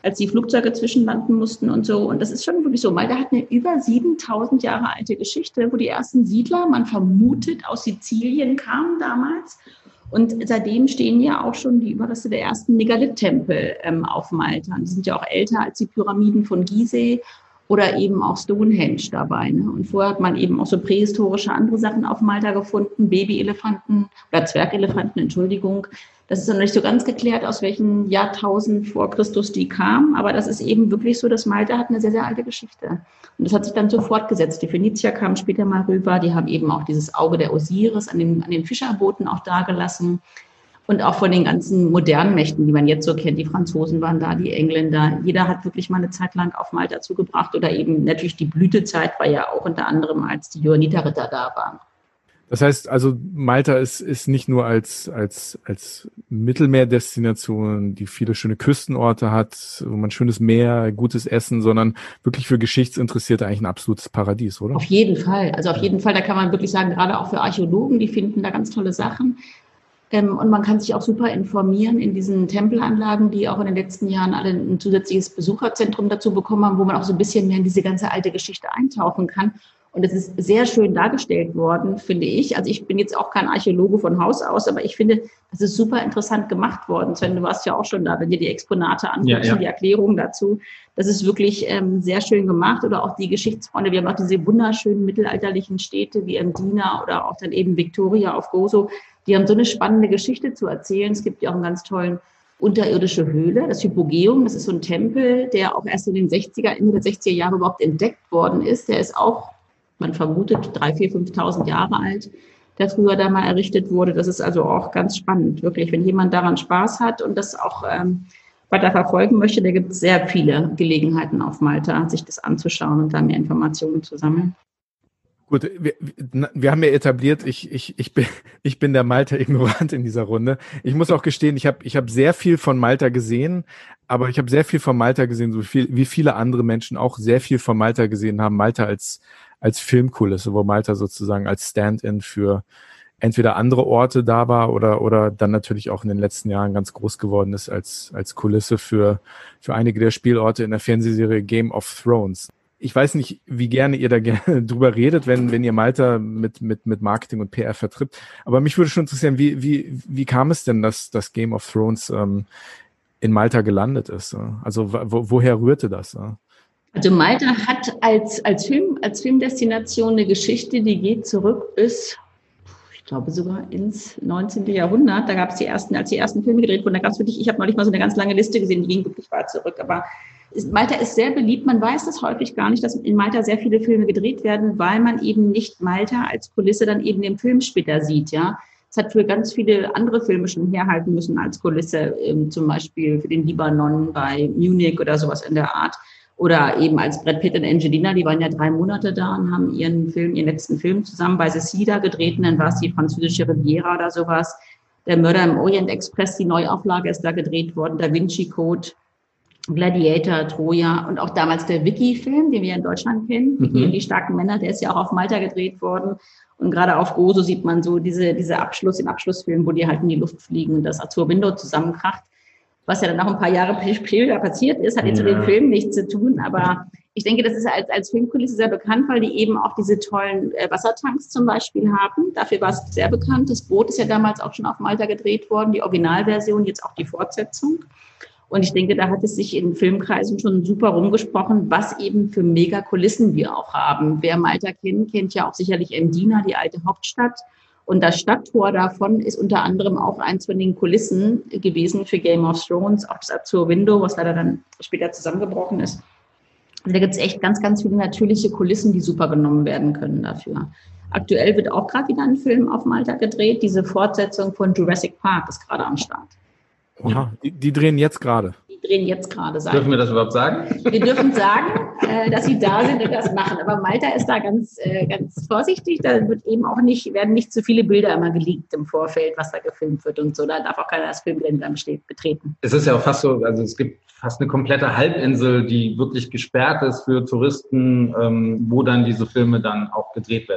als die Flugzeuge zwischenlanden mussten und so. Und das ist schon wirklich so. Malta hat eine über siebentausend Jahre alte Geschichte, wo die ersten Siedler, man vermutet, aus Sizilien kamen damals. Und seitdem stehen ja auch schon die Überreste der ersten Megalith-Tempel ähm, auf Malta. Die sind ja auch älter als die Pyramiden von Gizeh oder eben auch Stonehenge dabei. Ne? Und vorher hat man eben auch so prähistorische andere Sachen auf Malta gefunden, Babyelefanten oder Zwergelefanten, Entschuldigung. Das ist noch nicht so ganz geklärt, aus welchen Jahrtausend vor Christus die kamen. Aber das ist eben wirklich so, dass Malta hat eine sehr, sehr alte Geschichte. Und das hat sich dann so fortgesetzt. Die Phönizier kamen später mal rüber. Die haben eben auch dieses Auge der Osiris an den, an den Fischerbooten auch dagelassen. Und auch von den ganzen modernen Mächten, die man jetzt so kennt. Die Franzosen waren da, die Engländer. Jeder hat wirklich mal eine Zeit lang auf Malta zugebracht. Oder eben natürlich die Blütezeit war ja auch unter anderem, als die Johanniterritter da waren. Das heißt also, Malta ist, ist nicht nur als, als, als Mittelmeerdestination, die viele schöne Küstenorte hat, wo man schönes Meer, gutes Essen, sondern wirklich für Geschichtsinteressierte eigentlich ein absolutes Paradies, oder? Auf jeden Fall. Also auf jeden Fall, da kann man wirklich sagen, gerade auch für Archäologen, die finden da ganz tolle Sachen. Ähm, und man kann sich auch super informieren in diesen Tempelanlagen, die auch in den letzten Jahren alle ein zusätzliches Besucherzentrum dazu bekommen haben, wo man auch so ein bisschen mehr in diese ganze alte Geschichte eintauchen kann. Und es ist sehr schön dargestellt worden, finde ich. Also ich bin jetzt auch kein Archäologe von Haus aus, aber ich finde, es ist super interessant gemacht worden. Sven, du warst ja auch schon da, wenn dir die Exponate anguckst, ja, ja. Die Erklärungen dazu. Das ist wirklich ähm, sehr schön gemacht. Oder auch die Geschichtsfreunde. Wir haben auch diese wunderschönen mittelalterlichen Städte wie Mdina oder auch dann eben Victoria auf Gozo. Die haben so eine spannende Geschichte zu erzählen. Es gibt ja auch einen ganz tollen unterirdische Höhle, das Hypogeum. Das ist so ein Tempel, der auch erst in den sechziger, Ende der sechziger Jahre überhaupt entdeckt worden ist. Der ist auch, man vermutet, dreitausend, viertausend, fünftausend Jahre alt, der früher da mal errichtet wurde. Das ist also auch ganz spannend, wirklich. Wenn jemand daran Spaß hat und das auch ähm, weiter verfolgen möchte, da gibt es sehr viele Gelegenheiten auf Malta, sich das anzuschauen und da mehr Informationen zu sammeln. Gut, wir, wir haben ja etabliert, ich, ich, ich, bin, ich bin der Malta-Ignorant in dieser Runde. Ich muss auch gestehen, ich habe ich hab sehr viel von Malta gesehen, aber ich habe sehr viel von Malta gesehen, so viel wie viele andere Menschen auch sehr viel von Malta gesehen haben. Malta als als Filmkulisse, wo Malta sozusagen als Stand-in für entweder andere Orte da war oder oder dann natürlich auch in den letzten Jahren ganz groß geworden ist als als Kulisse für für einige der Spielorte in der Fernsehserie Game of Thrones. Ich weiß nicht, wie gerne ihr da gerne drüber redet, wenn wenn ihr Malta mit mit mit Marketing und P R vertritt. Aber mich würde schon interessieren, wie wie wie kam es denn, dass das Game of Thrones ähm, in Malta gelandet ist? Also wo, woher rührte das? Also Malta hat als, als Film, als Filmdestination eine Geschichte, die geht zurück bis, ich glaube sogar ins neunzehnten. Jahrhundert. Da gab es die ersten, als die ersten Filme gedreht wurden, da gab es wirklich, ich habe neulich mal so eine ganz lange Liste gesehen, die ging wirklich weit zurück. Aber Malta ist sehr beliebt, man weiß das häufig gar nicht, dass in Malta sehr viele Filme gedreht werden, weil man eben nicht Malta als Kulisse dann eben im Film später sieht, ja. Es hat für ganz viele andere Filme schon herhalten müssen als Kulisse, ähm, zum Beispiel für den Libanon bei Munich oder sowas in der Art. Oder eben als Brad Pitt und Angelina, die waren ja drei Monate da und haben ihren Film, ihren letzten Film zusammen bei Sicida gedreht. Und dann war es die französische Riviera oder sowas. Der Mörder im Orient Express, die Neuauflage ist da gedreht worden. Da Vinci Code, Gladiator, Troja und auch damals der Vicky-Film, den wir in Deutschland kennen. Vicky mhm. und die starken Männer, der ist ja auch auf Malta gedreht worden. Und gerade auf Gozo sieht man so diese, diese Abschluss, den Abschlussfilm, wo die halt in die Luft fliegen und das Azur Window zusammenkracht. Was ja dann noch ein paar Jahre später passiert ist, hat jetzt ja. mit dem Film nichts zu tun. Aber ich denke, das ist als, als Filmkulisse sehr bekannt, weil die eben auch diese tollen äh, Wassertanks zum Beispiel haben. Dafür war es sehr bekannt. Das Boot ist ja damals auch schon auf Malta gedreht worden, die Originalversion, jetzt auch die Fortsetzung. Und ich denke, da hat es sich in Filmkreisen schon super rumgesprochen, was eben für Megakulissen wir auch haben. Wer Malta kennt, kennt ja auch sicherlich Mdina, die alte Hauptstadt. Und das Stadttor davon ist unter anderem auch eins von den Kulissen gewesen für Game of Thrones, auch das Azur Window, was leider dann später zusammengebrochen ist. Also da gibt es echt ganz, ganz viele natürliche Kulissen, die super genommen werden können dafür. Aktuell wird auch gerade wieder ein Film auf Malta gedreht. Diese Fortsetzung von Jurassic Park ist gerade am Start. Aha, die, die drehen jetzt gerade. Die drehen jetzt gerade. Dürfen wir das überhaupt sagen? Wir dürfen sagen, äh, dass sie da sind und das machen. Aber Malta ist da ganz, äh, ganz vorsichtig. Da wird eben auch nicht, werden nicht zu viele Bilder immer geleakt im Vorfeld, was da gefilmt wird und so. Da darf auch keiner das Filmgelände betreten. Es ist ja auch fast so, also es gibt fast eine komplette Halbinsel, die wirklich gesperrt ist für Touristen, ähm, wo dann diese Filme dann auch gedreht werden.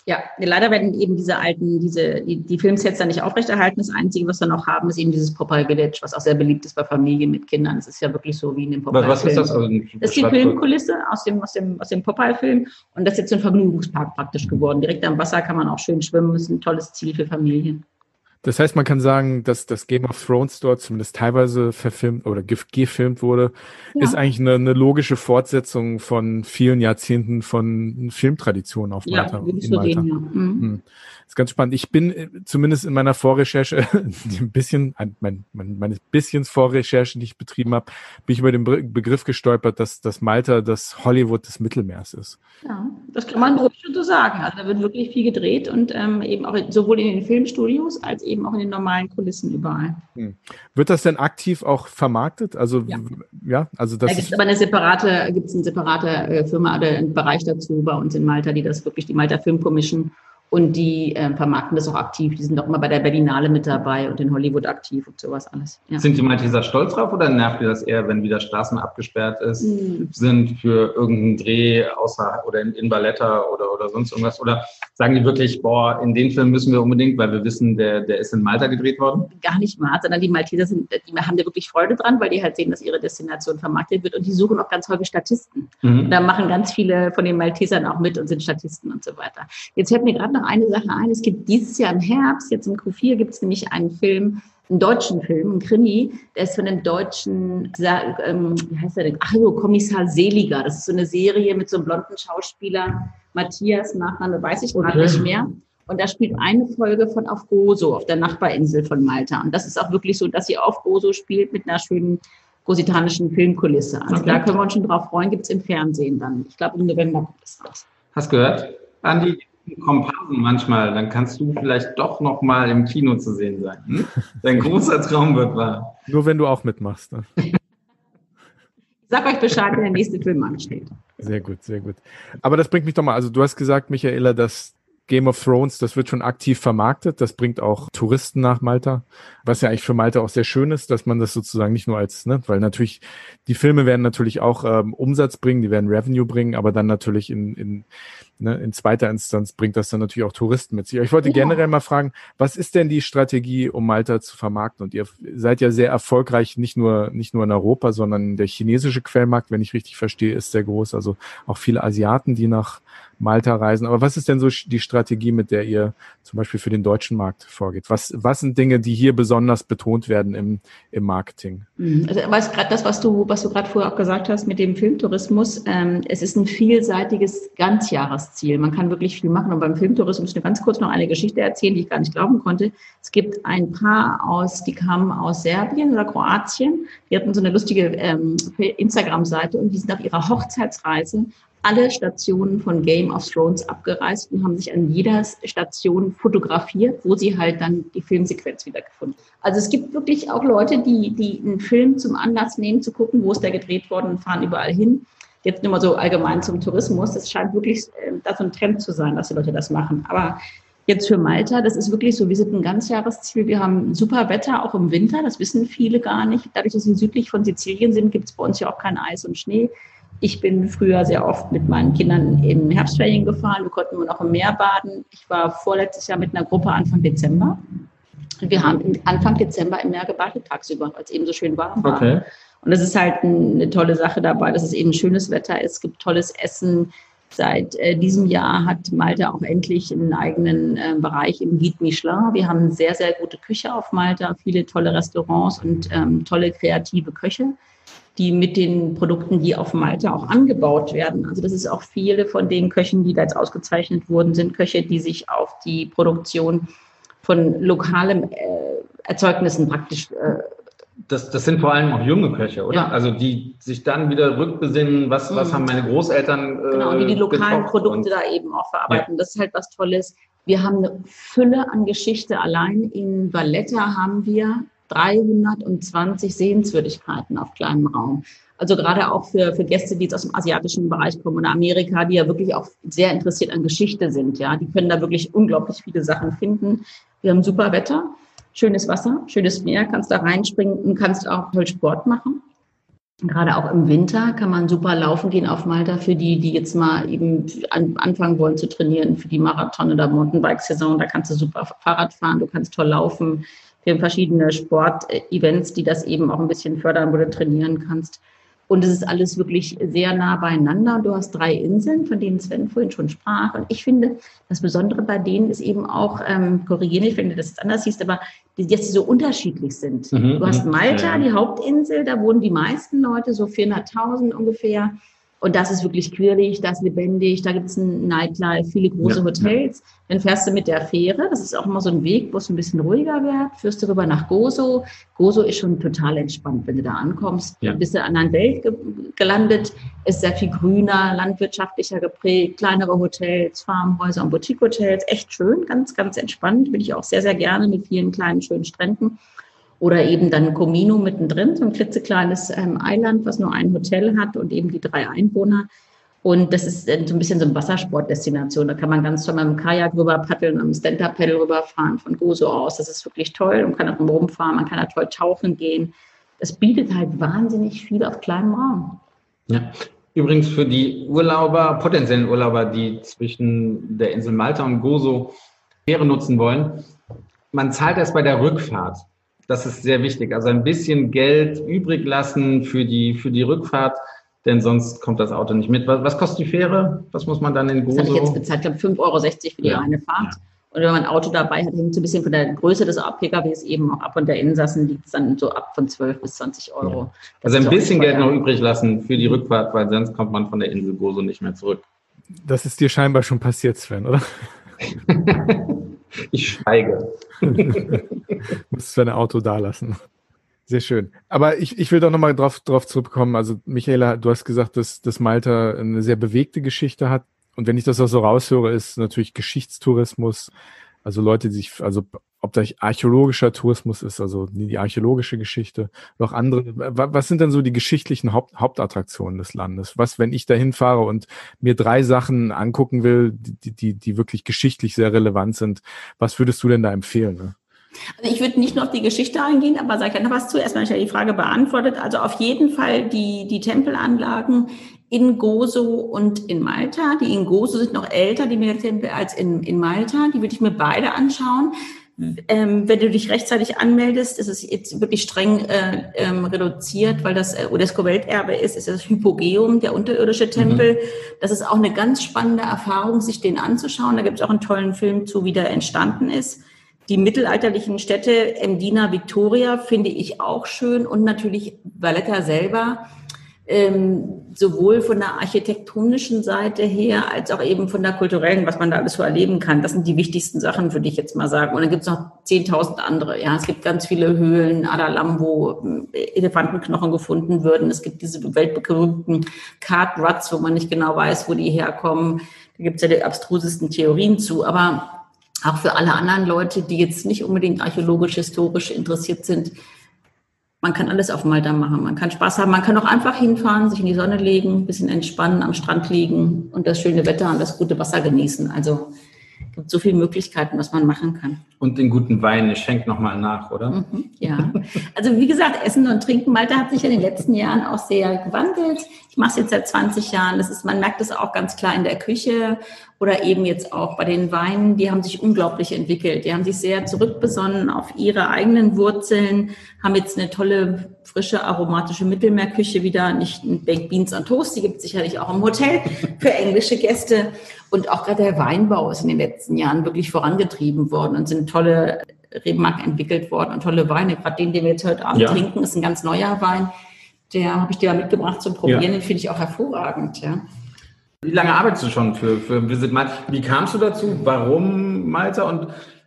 Ja, leider werden eben diese alten, diese, die, die Filmsets dann nicht aufrechterhalten. Das Einzige, was wir noch haben, ist eben dieses Popeye Village, was auch sehr beliebt ist bei Familien mit Kindern. Das ist ja wirklich so wie in dem Popeye-Film. Was ist das? Also, das ist die Filmkulisse aus dem, aus dem, aus dem Popeye-Film. Und das ist jetzt so ein Vergnügungspark praktisch geworden. Direkt am Wasser kann man auch schön schwimmen. Das ist ein tolles Ziel für Familien. Das heißt, man kann sagen, dass das Game of Thrones dort zumindest teilweise verfilmt oder ge- gefilmt wurde, ja. ist eigentlich eine, eine logische Fortsetzung von vielen Jahrzehnten von Filmtraditionen auf Malta. Ja, würde ich in so Malta. sehen, ja. Mhm. Hm. Das ist ganz spannend. Ich bin äh, zumindest in meiner Vorrecherche, ein bisschen, ein, mein, mein, meine bisschen Vorrecherche, die ich betrieben habe, bin ich über den Be- Begriff gestolpert, dass, dass Malta das Hollywood des Mittelmeers ist. Ja, das kann man ruhig schon so sagen. Also da wird wirklich viel gedreht und ähm, eben auch sowohl in den Filmstudios als eben auch in den normalen Kulissen überall. Hm. Wird das denn aktiv auch vermarktet? Also ja, ja also das da gibt es aber eine separate, gibt es eine separate äh, Firma oder einen Bereich dazu bei uns in Malta, die das wirklich, die Malta Film Commission, und die äh, vermarkten das auch aktiv. Die sind auch immer bei der Berlinale mit dabei und in Hollywood aktiv und sowas alles. Ja. Sind die Malteser stolz drauf oder nervt ihr das eher, wenn wieder Straßen abgesperrt ist, mm. sind für irgendeinen Dreh außer oder in, in Valletta oder, oder sonst irgendwas? Oder sagen die wirklich, boah, in den Film müssen wir unbedingt, weil wir wissen, der, der ist in Malta gedreht worden? Gar nicht mal, sondern die Malteser sind, die haben da wirklich Freude dran, weil die halt sehen, dass ihre Destination vermarktet wird und die suchen auch ganz häufig Statisten. Mhm. Und da machen ganz viele von den Maltesern auch mit und sind Statisten und so weiter. Jetzt fällt mir gerade noch eine Sache ein. Es gibt dieses Jahr im Herbst, jetzt im Q vier, gibt es nämlich einen Film, einen deutschen Film, einen Krimi, der ist von dem deutschen, ähm, wie heißt der denn? Ach so, Kommissar Seliger. Das ist so eine Serie mit so einem blonden Schauspieler, Matthias, Nachname weiß ich gerade okay. nicht mehr. Und da spielt eine Folge von Auf Gozo, auf der Nachbarinsel von Malta. Und das ist auch wirklich so, dass sie auf Gozo spielt mit einer schönen gositanischen Filmkulisse. Also okay. da können wir uns schon drauf freuen, gibt es im Fernsehen dann. Ich glaube, im November kommt es raus. Hast gehört, Andi? Komparsen manchmal, dann kannst du vielleicht doch noch mal im Kino zu sehen sein. Hm? Dein großer Traum wird wahr. Nur wenn du auch mitmachst. Ne? Sag euch Bescheid, wenn der nächste Film ansteht. Sehr gut, sehr gut. Aber das bringt mich doch mal, also du hast gesagt, Michaela, dass Game of Thrones, das wird schon aktiv vermarktet, das bringt auch Touristen nach Malta, was ja eigentlich für Malta auch sehr schön ist, dass man das sozusagen nicht nur als, ne, weil natürlich, die Filme werden natürlich auch ähm, Umsatz bringen, die werden Revenue bringen, aber dann natürlich in, in, ne, in zweiter Instanz bringt das dann natürlich auch Touristen mit sich. Ich wollte ja. generell mal fragen, was ist denn die Strategie, um Malta zu vermarkten? Und ihr seid ja sehr erfolgreich, nicht nur, nicht nur in Europa, sondern der chinesische Quellmarkt, wenn ich richtig verstehe, ist sehr groß, also auch viele Asiaten, die nach Malta reisen. Aber was ist denn so die Strategie, mit der ihr zum Beispiel für den deutschen Markt vorgeht? Was, was sind Dinge, die hier besonders betont werden im, im Marketing? Also, was gerade das, was du, was du gerade vorher auch gesagt hast mit dem Filmtourismus, ähm, es ist ein vielseitiges Ganzjahresziel. Man kann wirklich viel machen. Und beim Filmtourismus, ich will ganz kurz noch eine Geschichte erzählen, die ich gar nicht glauben konnte. Es gibt ein Paar aus, die kamen aus Serbien oder Kroatien. Die hatten so eine lustige ähm, Instagram-Seite und die sind auf ihrer Hochzeitsreise alle Stationen von Game of Thrones abgereist und haben sich an jeder Station fotografiert, wo sie halt dann die Filmsequenz wiedergefunden haben. Also es gibt wirklich auch Leute, die, die einen Film zum Anlass nehmen, zu gucken, wo ist der gedreht worden und fahren überall hin. Jetzt nur mal so allgemein zum Tourismus. Das scheint wirklich äh, da so ein Trend zu sein, dass die Leute das machen. Aber jetzt für Malta, das ist wirklich so, wir sind ein Ganzjahresziel. Wir haben super Wetter, auch im Winter. Das wissen viele gar nicht. Dadurch, dass wir südlich von Sizilien sind, gibt es bei uns ja auch kein Eis und Schnee. Ich bin früher sehr oft mit meinen Kindern in Herbstferien gefahren. Wir konnten nur noch im Meer baden. Ich war vorletztes Jahr mit einer Gruppe Anfang Dezember. Und wir haben Anfang Dezember im Meer gebadet tagsüber, weil es eben so schön warm war. Okay. Und das ist halt eine tolle Sache dabei, dass es eben schönes Wetter ist. Es gibt tolles Essen. Seit äh, diesem Jahr hat Malta auch endlich einen eigenen äh, Bereich im Guide Michelin. Wir haben sehr, sehr gute Küche auf Malta, viele tolle Restaurants und ähm, tolle kreative Köche, die mit den Produkten, die auf Malta auch angebaut werden. Also das ist auch viele von den Köchen, die da jetzt ausgezeichnet wurden, sind Köche, die sich auf die Produktion von lokalen äh, Erzeugnissen praktisch äh, Das, das sind vor allem auch junge Köche, oder? Ja. Also die sich dann wieder rückbesinnen, was, mhm. was haben meine Großeltern äh, Genau, die die lokalen Produkte und, da eben auch verarbeiten. Ja. Das ist halt was Tolles. Wir haben eine Fülle an Geschichte. Allein in Valletta haben wir dreihundertzwanzig Sehenswürdigkeiten auf kleinem Raum. Also gerade auch für, für Gäste, die jetzt aus dem asiatischen Bereich kommen oder Amerika, die ja wirklich auch sehr interessiert an Geschichte sind. Ja, die können da wirklich unglaublich viele Sachen finden. Wir haben super Wetter. Schönes Wasser, schönes Meer, kannst da reinspringen und kannst auch toll Sport machen. Gerade auch im Winter kann man super laufen gehen auf Malta für die, die jetzt mal eben an, anfangen wollen zu trainieren, für die Marathon- oder Mountainbike-Saison. Da kannst du super Fahrrad fahren, du kannst toll laufen. Wir haben verschiedene Sportevents, die das eben auch ein bisschen fördern, wo du trainieren kannst. Und es ist alles wirklich sehr nah beieinander. Du hast drei Inseln, von denen Sven vorhin schon sprach. Und ich finde, das Besondere bei denen ist eben auch, ähm, korrigiere mich, wenn du das jetzt anders siehst, aber die, dass sie so unterschiedlich sind. Mhm, du hast Malta, ja. die Hauptinsel, da wohnen die meisten Leute, so vierhunderttausend ungefähr. Und das ist wirklich quirlig, das ist lebendig, da gibt es ein Nightlife, viele große Ja, Hotels. Ja. Dann fährst du mit der Fähre, das ist auch immer so ein Weg, wo es ein bisschen ruhiger wird, führst du rüber nach Gozo. Gozo ist schon total entspannt, wenn du da ankommst. Ja. Bist du an einer Welt ge- gelandet, ist sehr viel grüner, landwirtschaftlicher geprägt, kleinere Hotels, Farmhäuser und Boutique-Hotels, echt schön, ganz, ganz entspannt, bin ich auch sehr, sehr gerne mit vielen kleinen, schönen Stränden. Oder eben dann Comino mittendrin, so ein klitzekleines ähm, Eiland, was nur ein Hotel hat und eben die drei Einwohner. Und das ist äh, so ein bisschen so eine Wassersportdestination. Da kann man ganz toll mit dem Kajak rüber paddeln, mit dem Stand-Up-Paddle rüberfahren von Gozo aus. Das ist wirklich toll. Man kann auch rumfahren, man kann da toll tauchen gehen. Das bietet halt wahnsinnig viel auf kleinem Raum. Ja. Übrigens für die Urlauber, potenziellen Urlauber, die zwischen der Insel Malta und Gozo Fähre nutzen wollen, man zahlt erst bei der Rückfahrt. Das ist sehr wichtig. Also ein bisschen Geld übrig lassen für die, für die Rückfahrt, denn sonst kommt das Auto nicht mit. Was, was kostet die Fähre? Was muss man dann in Gozo? Das habe ich jetzt bezahlt, ich glaube fünf Euro sechzig für die ja. reine Fahrt. Ja. Und wenn man ein Auto dabei hat, hängt so ein bisschen von der Größe des P K Ws eben auch ab. Und der Insassen liegt es dann so ab von zwölf bis zwanzig Euro. Ja. Also ein bisschen Geld noch übrig lassen für die Rückfahrt, weil sonst kommt man von der Insel Gozo nicht mehr zurück. Das ist dir scheinbar schon passiert, Sven, oder? Ich schweige. Musst dein Auto da lassen. Sehr schön. Aber ich, ich will doch nochmal drauf, drauf zurückkommen. Also Michaela, du hast gesagt, dass, dass Malta eine sehr bewegte Geschichte hat. Und wenn ich das auch so raushöre, ist natürlich Geschichtstourismus. Also Leute, die sich, also ob da archäologischer Tourismus ist, also die archäologische Geschichte, noch andere. Was sind denn so die geschichtlichen Haupt, Hauptattraktionen des Landes? Was, wenn ich da hinfahre und mir drei Sachen angucken will, die, die, die wirklich geschichtlich sehr relevant sind, was würdest du denn da empfehlen? Ne? Also ich würde nicht nur auf die Geschichte eingehen, aber sage ich noch was zu. Erstmal habe ich ja die Frage beantwortet. Also auf jeden Fall die, die Tempelanlagen in Gozo und in Malta. Die in Gozo sind noch älter, die Tempel, als in, in Malta. Die würde ich mir beide anschauen. Ähm, wenn du dich rechtzeitig anmeldest, ist es jetzt wirklich streng äh, ähm, reduziert, weil das äh, UNESCO-Welterbe ist, ist das Hypogeum, der unterirdische Tempel. Mhm. Das ist auch eine ganz spannende Erfahrung, sich den anzuschauen. Da gibt es auch einen tollen Film zu, wie der entstanden ist. Die mittelalterlichen Städte Mdina, Victoria finde ich auch schön und natürlich Valletta selber. Ähm, sowohl von der architektonischen Seite her, als auch eben von der kulturellen, was man da alles so erleben kann. Das sind die wichtigsten Sachen, würde ich jetzt mal sagen. Und dann gibt es noch zehntausend andere. Ja, es gibt ganz viele Höhlen, Adalam, wo Elefantenknochen gefunden würden. Es gibt diese weltberühmten Card Ruts, wo man nicht genau weiß, wo die herkommen. Da gibt es ja die abstrusesten Theorien zu. Aber auch für alle anderen Leute, die jetzt nicht unbedingt archäologisch, historisch interessiert sind, man kann alles auf Malta machen. Man kann Spaß haben. Man kann auch einfach hinfahren, sich in die Sonne legen, ein bisschen entspannen, am Strand liegen und das schöne Wetter und das gute Wasser genießen. Also es gibt so viele Möglichkeiten, was man machen kann. Und den guten Wein, ich schenke nochmal nach, oder? Mhm, ja, also wie gesagt, Essen und Trinken. Malta hat sich in den letzten Jahren auch sehr gewandelt. Ich mache es jetzt seit zwanzig Jahren. Das ist, man merkt es auch ganz klar in der Küche oder eben jetzt auch bei den Weinen. Die haben sich unglaublich entwickelt. Die haben sich sehr zurückbesonnen auf ihre eigenen Wurzeln, haben jetzt eine tolle, frische, aromatische Mittelmeerküche wieder. Nicht ein Baked Beans on Toast, die gibt es sicherlich auch im Hotel für englische Gäste. Und auch gerade der Weinbau ist in den letzten Jahren wirklich vorangetrieben worden und sind tolle Rebmarken entwickelt worden und tolle Weine. Gerade den, den wir jetzt heute Abend ja. trinken, ist ein ganz neuer Wein. Der habe ich dir mal mitgebracht zum Probieren. Ja. Den finde ich auch hervorragend. Ja. Wie lange arbeitest du schon für, für Visit Malta? Wie kamst du dazu? Warum Malta? Und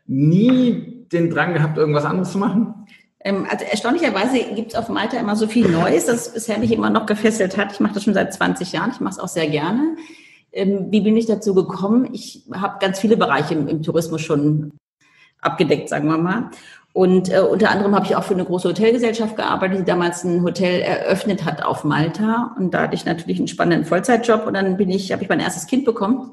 nie den Drang gehabt, irgendwas anderes zu machen? Ähm, also erstaunlicherweise gibt es auf Malta immer so viel Neues, das bisher mich immer noch gefesselt hat. Ich mache das schon seit zwanzig Jahren. Ich mache es auch sehr gerne. Ähm, wie bin ich dazu gekommen? Ich habe ganz viele Bereiche im, im Tourismus schon abgedeckt, sagen wir mal. Und äh, unter anderem habe ich auch für eine große Hotelgesellschaft gearbeitet, die damals ein Hotel eröffnet hat auf Malta. Und da hatte ich natürlich einen spannenden Vollzeitjob. Und dann bin ich, habe ich mein erstes Kind bekommen.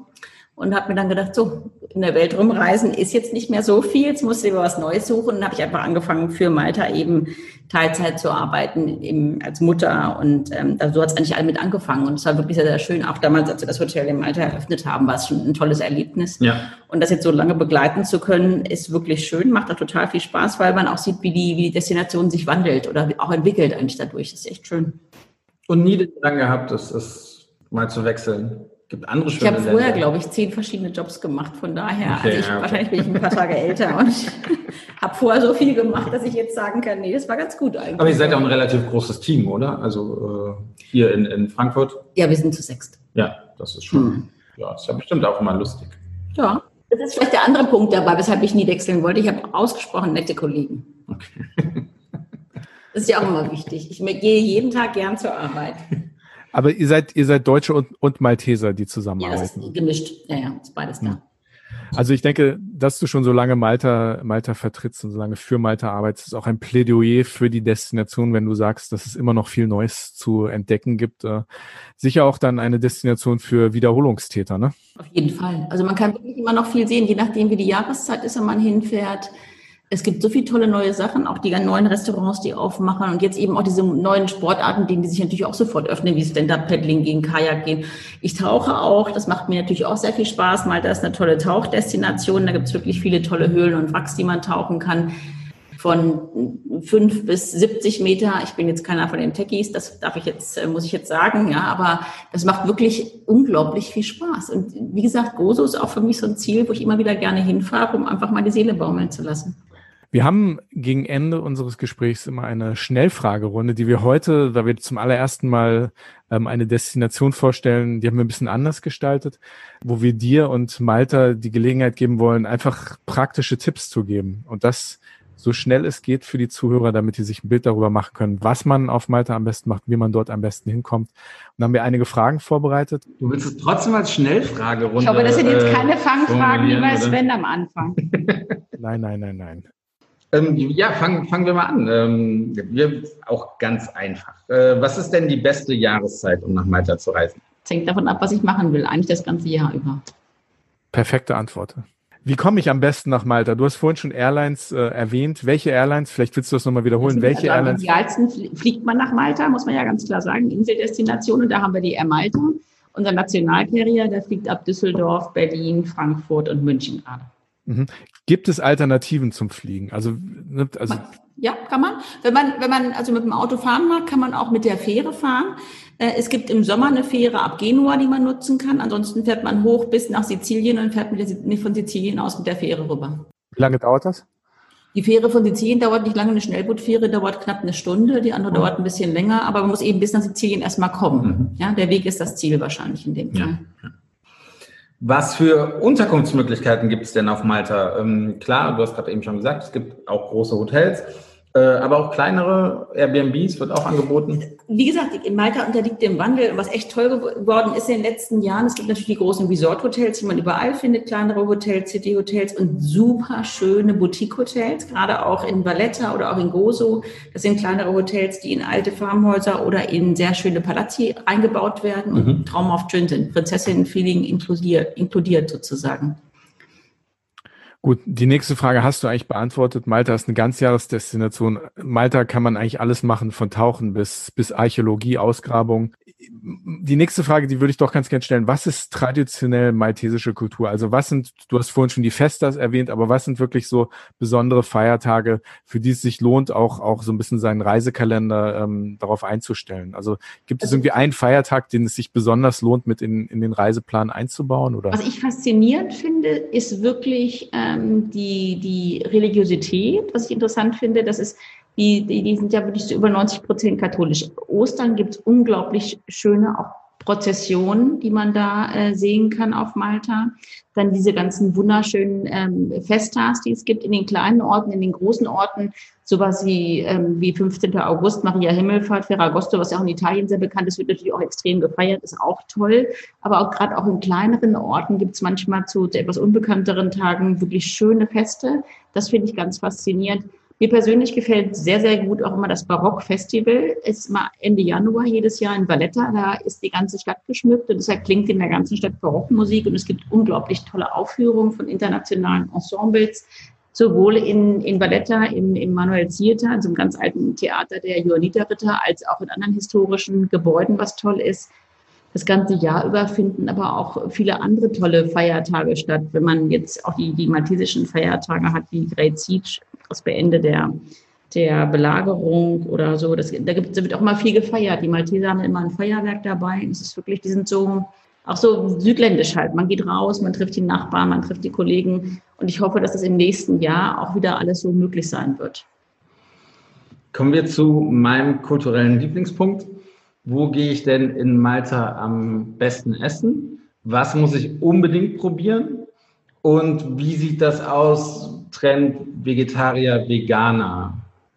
und habe mir dann gedacht, so, in der Welt rumreisen ist jetzt nicht mehr so viel, jetzt musst du dir was Neues suchen. Und dann habe ich einfach angefangen, für Malta eben Teilzeit zu arbeiten eben als Mutter. Und ähm, so hat es eigentlich alle mit angefangen. Und es war wirklich sehr, sehr schön. Auch damals, als wir das Hotel in Malta eröffnet haben, war es schon ein tolles Erlebnis. Ja. Und das jetzt so lange begleiten zu können, ist wirklich schön, macht da total viel Spaß, weil man auch sieht, wie die, wie die Destination sich wandelt oder auch entwickelt eigentlich dadurch. Das ist echt schön. Und nie den Drang gehabt, das, das mal zu wechseln. Gibt andere Ich habe vorher, glaube ich, zehn verschiedene Jobs gemacht. Von daher, okay, also ich, ja, okay. wahrscheinlich bin ich ein paar Tage älter und habe vorher so viel gemacht, dass ich jetzt sagen kann, nee, das war ganz gut eigentlich. Aber ihr seid ja auch ein relativ großes Team, oder? Also äh, hier in, in Frankfurt? Ja, wir sind zu sechst. Ja, das ist schon, Hm. ja, ist ja bestimmt auch immer lustig. Ja, das ist vielleicht der andere Punkt dabei, weshalb ich nie wechseln wollte. Ich habe ausgesprochen nette Kollegen. Okay. Das ist ja auch immer wichtig. Ich gehe jeden Tag gern zur Arbeit. Aber ihr seid, ihr seid Deutsche und, und Malteser, die Ja, das zusammenarbeiten. ist gemischt. Ja, ja, ist beides da. Hm. Also ich denke, dass du schon so lange Malta, Malta vertrittst und so lange für Malta arbeitest, ist auch ein Plädoyer für die Destination, wenn du sagst, dass es immer noch viel Neues zu entdecken gibt. Äh, sicher auch dann eine Destination für Wiederholungstäter, ne? Auf jeden Fall. Also man kann wirklich immer noch viel sehen, je nachdem, wie die Jahreszeit ist, wenn man hinfährt. Es gibt so viele tolle neue Sachen, auch die ganzen neuen Restaurants, die aufmachen und jetzt eben auch diese neuen Sportarten, denen die sich natürlich auch sofort öffnen, wie Stand-Up-Paddling gehen, Kajak gehen. Ich tauche auch, das macht mir natürlich auch sehr viel Spaß. Malta ist eine tolle Tauchdestination, da gibt es wirklich viele tolle Höhlen und Wracks, die man tauchen kann. Von fünf bis siebzig Meter. Ich bin jetzt keiner von den Techies, das darf ich jetzt, muss ich jetzt sagen, ja, aber das macht wirklich unglaublich viel Spaß. Und wie gesagt, Gozo ist auch für mich so ein Ziel, wo ich immer wieder gerne hinfahre, um einfach mal die Seele baumeln zu lassen. Wir haben gegen Ende unseres Gesprächs immer eine Schnellfragerunde, die wir heute, da wir zum allerersten Mal ähm, eine Destination vorstellen, die haben wir ein bisschen anders gestaltet, wo wir dir und Malta die Gelegenheit geben wollen, einfach praktische Tipps zu geben. Und das so schnell es geht für die Zuhörer, damit die sich ein Bild darüber machen können, was man auf Malta am besten macht, wie man dort am besten hinkommt. Und da haben wir einige Fragen vorbereitet. Du willst es trotzdem als Schnellfragerunde. Ich hoffe, das sind jetzt keine äh, Fangfragen wie bei formulieren, Sven am Anfang. Nein, nein, nein, nein. Ähm, ja, fangen fangen wir mal an. Ähm, wir, auch ganz einfach. Äh, was ist denn die beste Jahreszeit, um nach Malta zu reisen? Es hängt davon ab, was ich machen will, eigentlich das ganze Jahr über. Perfekte Antwort. Wie komme ich am besten nach Malta? Du hast vorhin schon Airlines äh, erwähnt. Welche Airlines? Vielleicht willst du das nochmal wiederholen. Welche also Airlines? Am idealsten fliegt man nach Malta, muss man ja ganz klar sagen, Inseldestination. Und da haben wir die Air Malta. Unser Nationalcarrier, der fliegt ab Düsseldorf, Berlin, Frankfurt und München gerade. Mhm. Gibt es Alternativen zum Fliegen? Also, ne, also Ja, kann man. Wenn man, wenn man also mit dem Auto fahren mag, kann man auch mit der Fähre fahren. Es gibt im Sommer eine Fähre ab Genua, die man nutzen kann. Ansonsten fährt man hoch bis nach Sizilien und fährt mit der, von Sizilien aus mit der Fähre rüber. wie lange dauert das? Die Fähre von Sizilien dauert nicht lange, eine Schnellbootfähre dauert knapp eine Stunde, die andere dauert ein bisschen länger, aber man muss eben bis nach Sizilien erstmal kommen. Mhm. Ja, der Weg ist das Ziel wahrscheinlich in dem Fall. Ja. Was für Unterkunftsmöglichkeiten gibt es denn auf Malta? Ähm, klar, du hast gerade eben schon gesagt, es gibt auch große Hotels, äh, aber auch kleinere Airbnbs wird auch angeboten. Wie gesagt, in Malta unterliegt dem Wandel, was echt toll geworden ist in den letzten Jahren. Es gibt natürlich die großen Resort-Hotels, die man überall findet, kleinere Hotels, City-Hotels und super schöne Boutique-Hotels, gerade auch in Valletta oder auch in Gozo. Das sind kleinere Hotels, die in alte Farmhäuser oder in sehr schöne Palazzi eingebaut werden und Mhm. traumhaft schön sind. Prinzessinnen-Feeling inkludiert, inkludiert sozusagen. Gut, die nächste Frage hast du eigentlich beantwortet. Malta ist eine Ganzjahresdestination. Malta kann man eigentlich alles machen, von Tauchen bis, bis Archäologie, Ausgrabung. Die nächste Frage, die würde ich doch ganz gerne stellen. Was ist traditionell maltesische Kultur? Also was sind, du hast vorhin schon die Festas erwähnt, aber was sind wirklich so besondere Feiertage, für die es sich lohnt, auch, auch so ein bisschen seinen Reisekalender ähm, darauf einzustellen? Also gibt es irgendwie einen Feiertag, den es sich besonders lohnt, mit in, in den Reiseplan einzubauen? Oder? Was ich faszinierend finde, ist wirklich ähm, die, die Religiosität. Was ich interessant finde, das ist, die, die, die sind ja wirklich zu über neunzig Prozent katholisch. Ostern gibt es unglaublich schöne auch Prozessionen, die man da äh, sehen kann auf Malta. Dann diese ganzen wunderschönen ähm, Festas, die es gibt in den kleinen Orten, in den großen Orten. Sowas wie, ähm, wie fünfzehnten August, Maria Himmelfahrt, Ferragosto, was ja auch in Italien sehr bekannt ist, wird natürlich auch extrem gefeiert, ist auch toll. Aber auch gerade auch in kleineren Orten gibt es manchmal zu etwas unbekannteren Tagen wirklich schöne Feste. Das finde ich ganz faszinierend. Mir persönlich gefällt sehr, sehr gut auch immer das Barock-Festival. Es ist immer Ende Januar jedes Jahr in Valletta. Da ist die ganze Stadt geschmückt und deshalb klingt in der ganzen Stadt Barockmusik und es gibt unglaublich tolle Aufführungen von internationalen Ensembles, sowohl in, in Valletta, im, im Manuel Theater, also im ganz alten Theater der Johanniterritter, als auch in anderen historischen Gebäuden, was toll ist. Das ganze Jahr über finden aber auch viele andere tolle Feiertage statt. Wenn man jetzt auch die, die maltesischen Feiertage hat, wie Great Siege, das Beende der, der Belagerung oder so, das, da, gibt, da wird auch mal viel gefeiert. Die Malteser haben immer ein Feuerwerk dabei. Es ist wirklich, die sind so, auch so südländisch halt. Man geht raus, man trifft die Nachbarn, man trifft die Kollegen. Und ich hoffe, dass das im nächsten Jahr auch wieder alles so möglich sein wird. Kommen wir zu meinem kulturellen Lieblingspunkt. Wo gehe ich denn in Malta am besten essen? Was muss ich unbedingt probieren? Und wie sieht das aus, Trend Vegetarier, Veganer?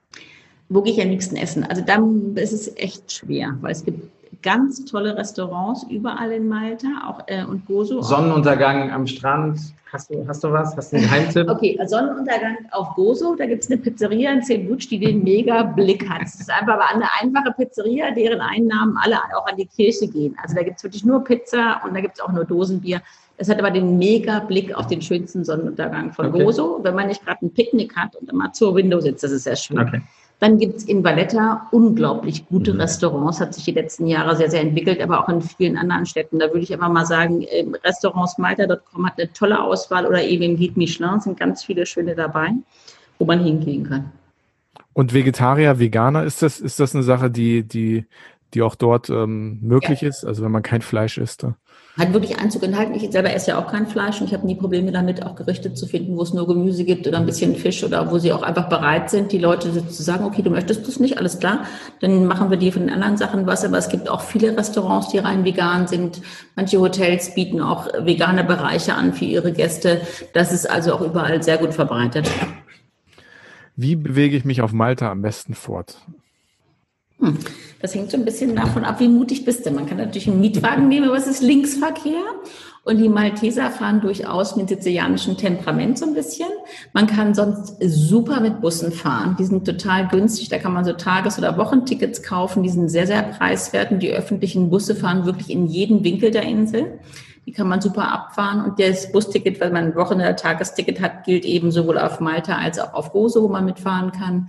Wo gehe ich am liebsten essen? Also dann ist es echt schwer, weil es gibt ganz tolle Restaurants überall in Malta, auch äh, und Gozo. Sonnenuntergang am Strand. Hast du, hast du was? Hast du einen Geheimtipp? Okay, Sonnenuntergang auf Gozo. Da gibt es eine Pizzeria in Cebuc, die den mega Blick hat. Es ist einfach aber eine einfache Pizzeria, deren Einnahmen alle auch an die Kirche gehen. Also da gibt es wirklich nur Pizza und da gibt es auch nur Dosenbier. Das hat aber den mega Blick auf den schönsten Sonnenuntergang von Okay. Gozo. Wenn man nicht gerade ein Picknick hat und immer zur Window sitzt, das ist sehr schön. Okay. Dann gibt es in Valletta unglaublich gute Mhm. Restaurants, hat sich die letzten Jahre sehr, sehr entwickelt, aber auch in vielen anderen Städten. Da würde ich einfach mal sagen, Restaurants Malta Punkt com hat eine tolle Auswahl oder eben im Guide Michelin sind ganz viele schöne dabei, wo man hingehen kann. Und Vegetarier, Veganer, ist das, ist das eine Sache, die, die, die auch dort ähm, möglich Ja. ist? Also wenn man kein Fleisch isst? Da? Hat wirklich Einzug enthalten. Ich selber esse ja auch kein Fleisch und ich habe nie Probleme damit, auch Gerichte zu finden, wo es nur Gemüse gibt oder ein bisschen Fisch oder wo sie auch einfach bereit sind, die Leute zu sagen, okay, du möchtest das nicht, alles klar, dann machen wir dir von den anderen Sachen was. Aber es gibt auch viele Restaurants, die rein vegan sind. Manche Hotels bieten auch vegane Bereiche an für ihre Gäste. Das ist also auch überall sehr gut verbreitet. Wie bewege ich mich auf Malta am besten fort? Hm. Das hängt so ein bisschen davon ab, wie mutig bist du. Man kann natürlich einen Mietwagen nehmen, aber es ist Linksverkehr. Und die Malteser fahren durchaus mit sizilianischem Temperament so ein bisschen. Man kann sonst super mit Bussen fahren. Die sind total günstig. Da kann man so Tages- oder Wochentickets kaufen. Die sind sehr, sehr preiswert. Und die öffentlichen Busse fahren wirklich in jeden Winkel der Insel. Die kann man super abfahren. Und das Busticket, weil man ein Wochen- oder Tagesticket hat, gilt eben sowohl auf Malta als auch auf Gozo, wo man mitfahren kann.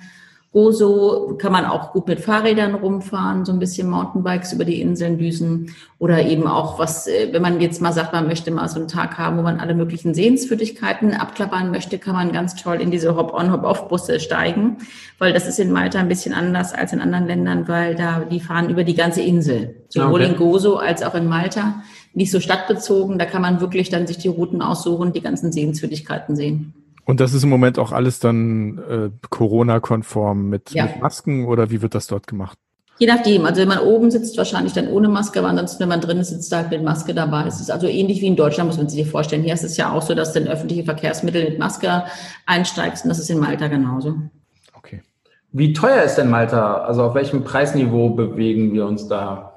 Gozo kann man auch gut mit Fahrrädern rumfahren, so ein bisschen Mountainbikes über die Inseln düsen oder eben auch was, wenn man jetzt mal sagt, man möchte mal so einen Tag haben, wo man alle möglichen Sehenswürdigkeiten abklappern möchte, kann man ganz toll in diese Hop-on, Hop-off-Busse steigen, weil das ist in Malta ein bisschen anders als in anderen Ländern, weil da die fahren über die ganze Insel, sowohl Okay. in Gozo als auch in Malta, nicht so stadtbezogen, da kann man wirklich dann sich die Routen aussuchen und die ganzen Sehenswürdigkeiten sehen. Und das ist im Moment auch alles dann äh, Corona-konform mit, Ja. mit Masken oder wie wird das dort gemacht? Je nachdem, also wenn man oben sitzt, wahrscheinlich dann ohne Maske, aber ansonsten, wenn man drin ist, sitzt halt mit Maske dabei. Es ist also ähnlich wie in Deutschland, muss man sich vorstellen. Hier ist es ja auch so, dass du in öffentliche Verkehrsmittel mit Maske einsteigst und das ist in Malta genauso. Okay. Wie teuer ist denn Malta? Also auf welchem Preisniveau bewegen wir uns da?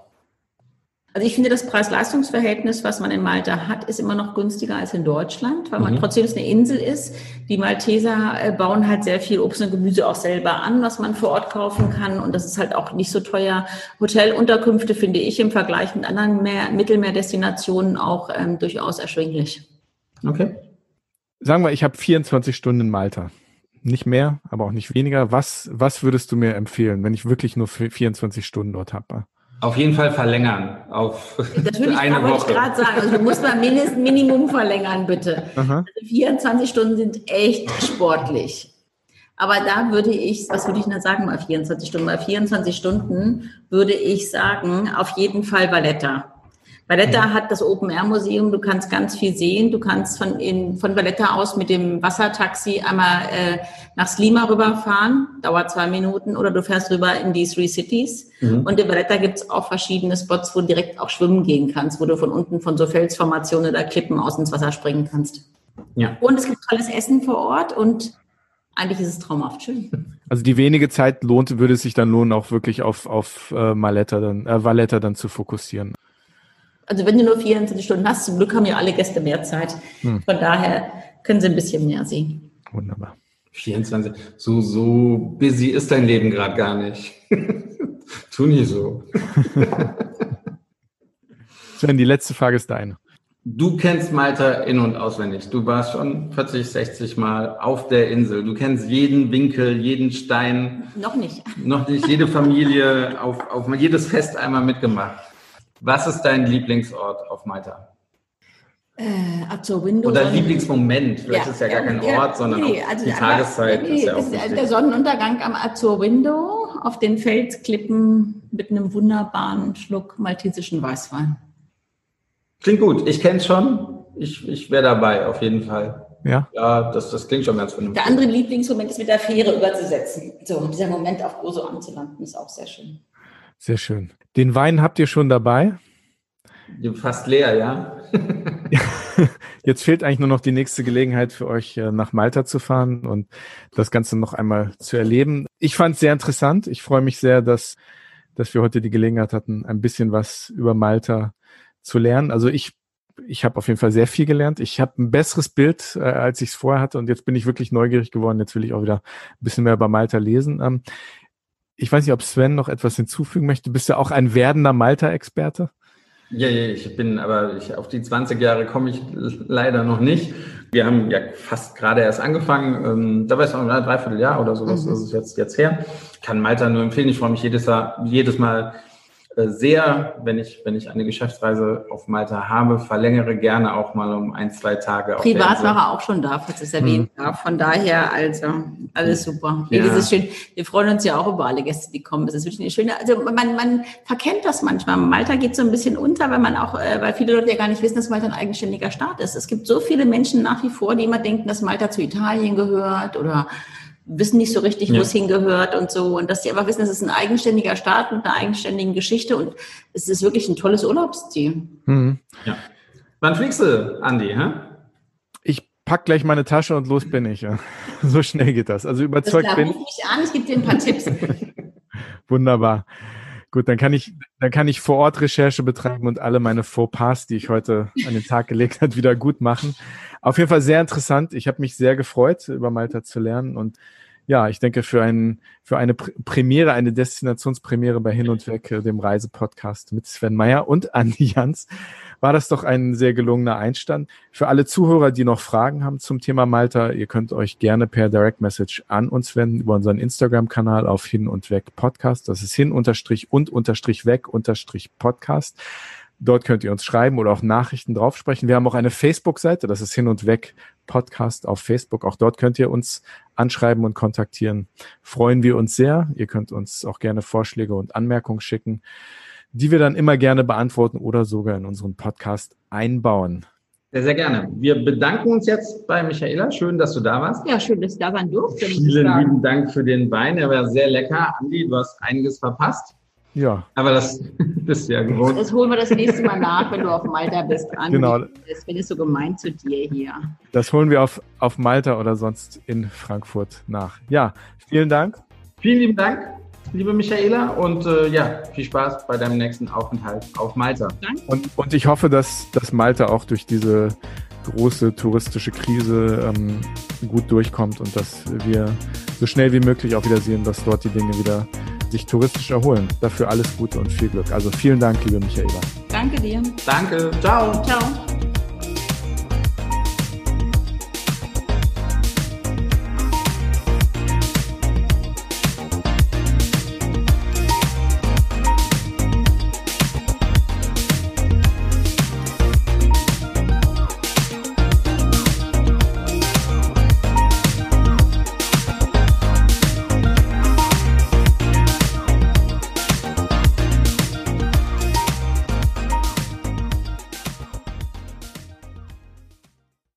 Also ich finde, das Preis-Leistungs-Verhältnis, was man in Malta hat, ist immer noch günstiger als in Deutschland, weil man Mhm. trotzdem es eine Insel ist. Die Malteser äh, bauen halt sehr viel Obst und Gemüse auch selber an, was man vor Ort kaufen kann. Und das ist halt auch nicht so teuer. Hotelunterkünfte finde ich im Vergleich mit anderen Meer- Mittelmeerdestinationen auch ähm, durchaus erschwinglich. Okay. Sagen wir, ich habe vierundzwanzig Stunden in Malta. Nicht mehr, aber auch nicht weniger. Was, was würdest du mir empfehlen, wenn ich wirklich nur für vierundzwanzig Stunden dort habe? Auf jeden Fall verlängern auf Natürlich, eine da wollte ich Woche. gerade sagen, also du musst mal mindestens Minimum verlängern, bitte. Aha. Also vierundzwanzig Stunden sind echt sportlich. Aber da würde ich, was würde ich denn sagen bei vierundzwanzig Stunden? Bei vierundzwanzig Stunden würde ich sagen, auf jeden Fall Valletta. Valletta hat das Open-Air-Museum, du kannst ganz viel sehen. Du kannst von, in, von Valletta aus mit dem Wassertaxi einmal äh, nach Slima rüberfahren, dauert zwei Minuten, oder du fährst rüber in die Three Cities. Mhm. Und in Valletta gibt es auch verschiedene Spots, wo du direkt auch schwimmen gehen kannst, wo du von unten von so Felsformationen oder Klippen aus ins Wasser springen kannst. Ja. Und es gibt tolles Essen vor Ort und eigentlich ist es traumhaft schön. Also die wenige Zeit lohnt, würde es sich dann lohnen, auch wirklich auf, auf äh, Maletta dann, äh, Valletta dann zu fokussieren. Also wenn du nur vierundzwanzig Stunden hast, zum Glück haben ja alle Gäste mehr Zeit. Hm. Von daher können sie ein bisschen mehr sehen. Wunderbar. vierundzwanzig. So, so busy ist dein Leben gerade gar nicht. Tu nicht so. Sven, die letzte Frage ist deine. Du kennst Malta in- und auswendig. Du warst schon vierzig, sechzig Mal auf der Insel. Du kennst jeden Winkel, jeden Stein. Noch nicht. Noch nicht jede Familie, auf, auf jedes Fest einmal mitgemacht. Was ist dein Lieblingsort auf Malta? Äh, Azor Windows. Oder Lieblingsmoment? Vielleicht ja, ist ja gar kein ja, Ort, sondern nee, auch also die Tageszeit. Nee, ist ja auch ist der Sonnenuntergang am Azor Window auf den Felsklippen mit einem wunderbaren Schluck maltesischen Weißwein. Klingt gut. Ich kenne es schon. Ich, ich wäre dabei, auf jeden Fall. Ja, ja das, das klingt schon ganz vernünftig. Der andere Lieblingsmoment ist, mit der Fähre überzusetzen. So, dieser Moment auf Gozo anzulanden, ist auch sehr schön. Sehr schön. Den Wein habt ihr schon dabei? Fast leer, ja. Jetzt fehlt eigentlich nur noch die nächste Gelegenheit für euch, nach Malta zu fahren und das Ganze noch einmal zu erleben. Ich fand es sehr interessant. Ich freue mich sehr, dass, dass wir heute die Gelegenheit hatten, ein bisschen was über Malta zu lernen. Also ich, ich habe auf jeden Fall sehr viel gelernt. Ich habe ein besseres Bild, äh, als ich es vorher hatte. Und jetzt bin ich wirklich neugierig geworden. Jetzt will ich auch wieder ein bisschen mehr über Malta lesen. Ähm, ich weiß nicht, ob Sven noch etwas hinzufügen möchte. Du bist ja auch ein werdender Malta-Experte. Ja, ja, ich bin, aber ich, auf die zwanzig Jahre komme ich leider noch nicht. Wir haben ja fast gerade erst angefangen. Ähm, da war es noch ein Dreivierteljahr oder sowas. Mhm. Das ist jetzt, jetzt her. Ich kann Malta nur empfehlen. Ich freue mich jedes, jedes Mal sehr, wenn ich, wenn ich eine Geschäftsreise auf Malta habe, verlängere gerne auch mal um ein, zwei Tage. Privat war er auch schon da, falls es erwähnt hm. darf. Von daher, also, alles super. Ja. Das ist schön. Wir freuen uns ja auch über alle Gäste, die kommen. Es ist wirklich eine schöne, also man, man verkennt das manchmal. Malta geht so ein bisschen unter, weil man auch, weil viele Leute ja gar nicht wissen, dass Malta ein eigenständiger Staat ist. Es gibt so viele Menschen nach wie vor, die immer denken, dass Malta zu Italien gehört oder wissen nicht so richtig, wo ja. es hingehört und so. Und dass die einfach wissen, es ist ein eigenständiger Staat mit einer eigenständigen Geschichte und es ist wirklich ein tolles Urlaubsziel. Mhm. Ja. Wann fliegst du, Andi? Hä? Ich pack gleich meine Tasche und los bin ich. Ja. So schnell geht das. Also überzeugt das bin ich. Ruf mich an, ich gebe dir ein paar Tipps. Wunderbar. Gut, dann kann ich, dann kann ich vor Ort Recherche betreiben und alle meine Fauxpas, die ich heute an den Tag gelegt habe, wieder gut machen. Auf jeden Fall sehr interessant. Ich habe mich sehr gefreut, über Malta zu lernen und ja, ich denke, für, ein, für eine Premiere, eine Destinationspremiere bei Hin und Weg, dem Reisepodcast mit Sven Meyer und Andi Jans, war das doch ein sehr gelungener Einstand. Für alle Zuhörer, die noch Fragen haben zum Thema Malta, ihr könnt euch gerne per Direct Message an uns wenden über unseren Instagram-Kanal auf Hin und Weg Podcast. Das ist hin unterstrich und unterstrich weg unterstrich Podcast. Dort könnt ihr uns schreiben oder auch Nachrichten draufsprechen. Wir haben auch eine Facebook-Seite, das ist Hin und Weg Podcast auf Facebook. Auch dort könnt ihr uns anschreiben und kontaktieren. Freuen wir uns sehr. Ihr könnt uns auch gerne Vorschläge und Anmerkungen schicken, die wir dann immer gerne beantworten oder sogar in unseren Podcast einbauen. Sehr, sehr gerne. Wir bedanken uns jetzt bei Michaela. Schön, dass du da warst. Ja, schön, dass ich da sein durfte. Vielen lieben Dank für den Wein. Er war sehr lecker. Andi, du hast einiges verpasst. Ja. Aber das bist du ja gewohnt. Das holen wir das nächste Mal nach, wenn du auf Malta bist. Andi. Genau. Das bin ich so gemein zu dir hier. Das holen wir auf, auf Malta oder sonst in Frankfurt nach. Ja, vielen Dank. Vielen lieben Dank, liebe Michaela. Und äh, ja, viel Spaß bei deinem nächsten Aufenthalt auf Malta. Danke. Und, und ich hoffe, dass, dass Malta auch durch diese große touristische Krise ähm, gut durchkommt und dass wir so schnell wie möglich auch wieder sehen, dass dort die Dinge wieder sich touristisch erholen. Dafür alles Gute und viel Glück. Also vielen Dank, liebe Michaela. Danke dir. Danke. Ciao. Ciao.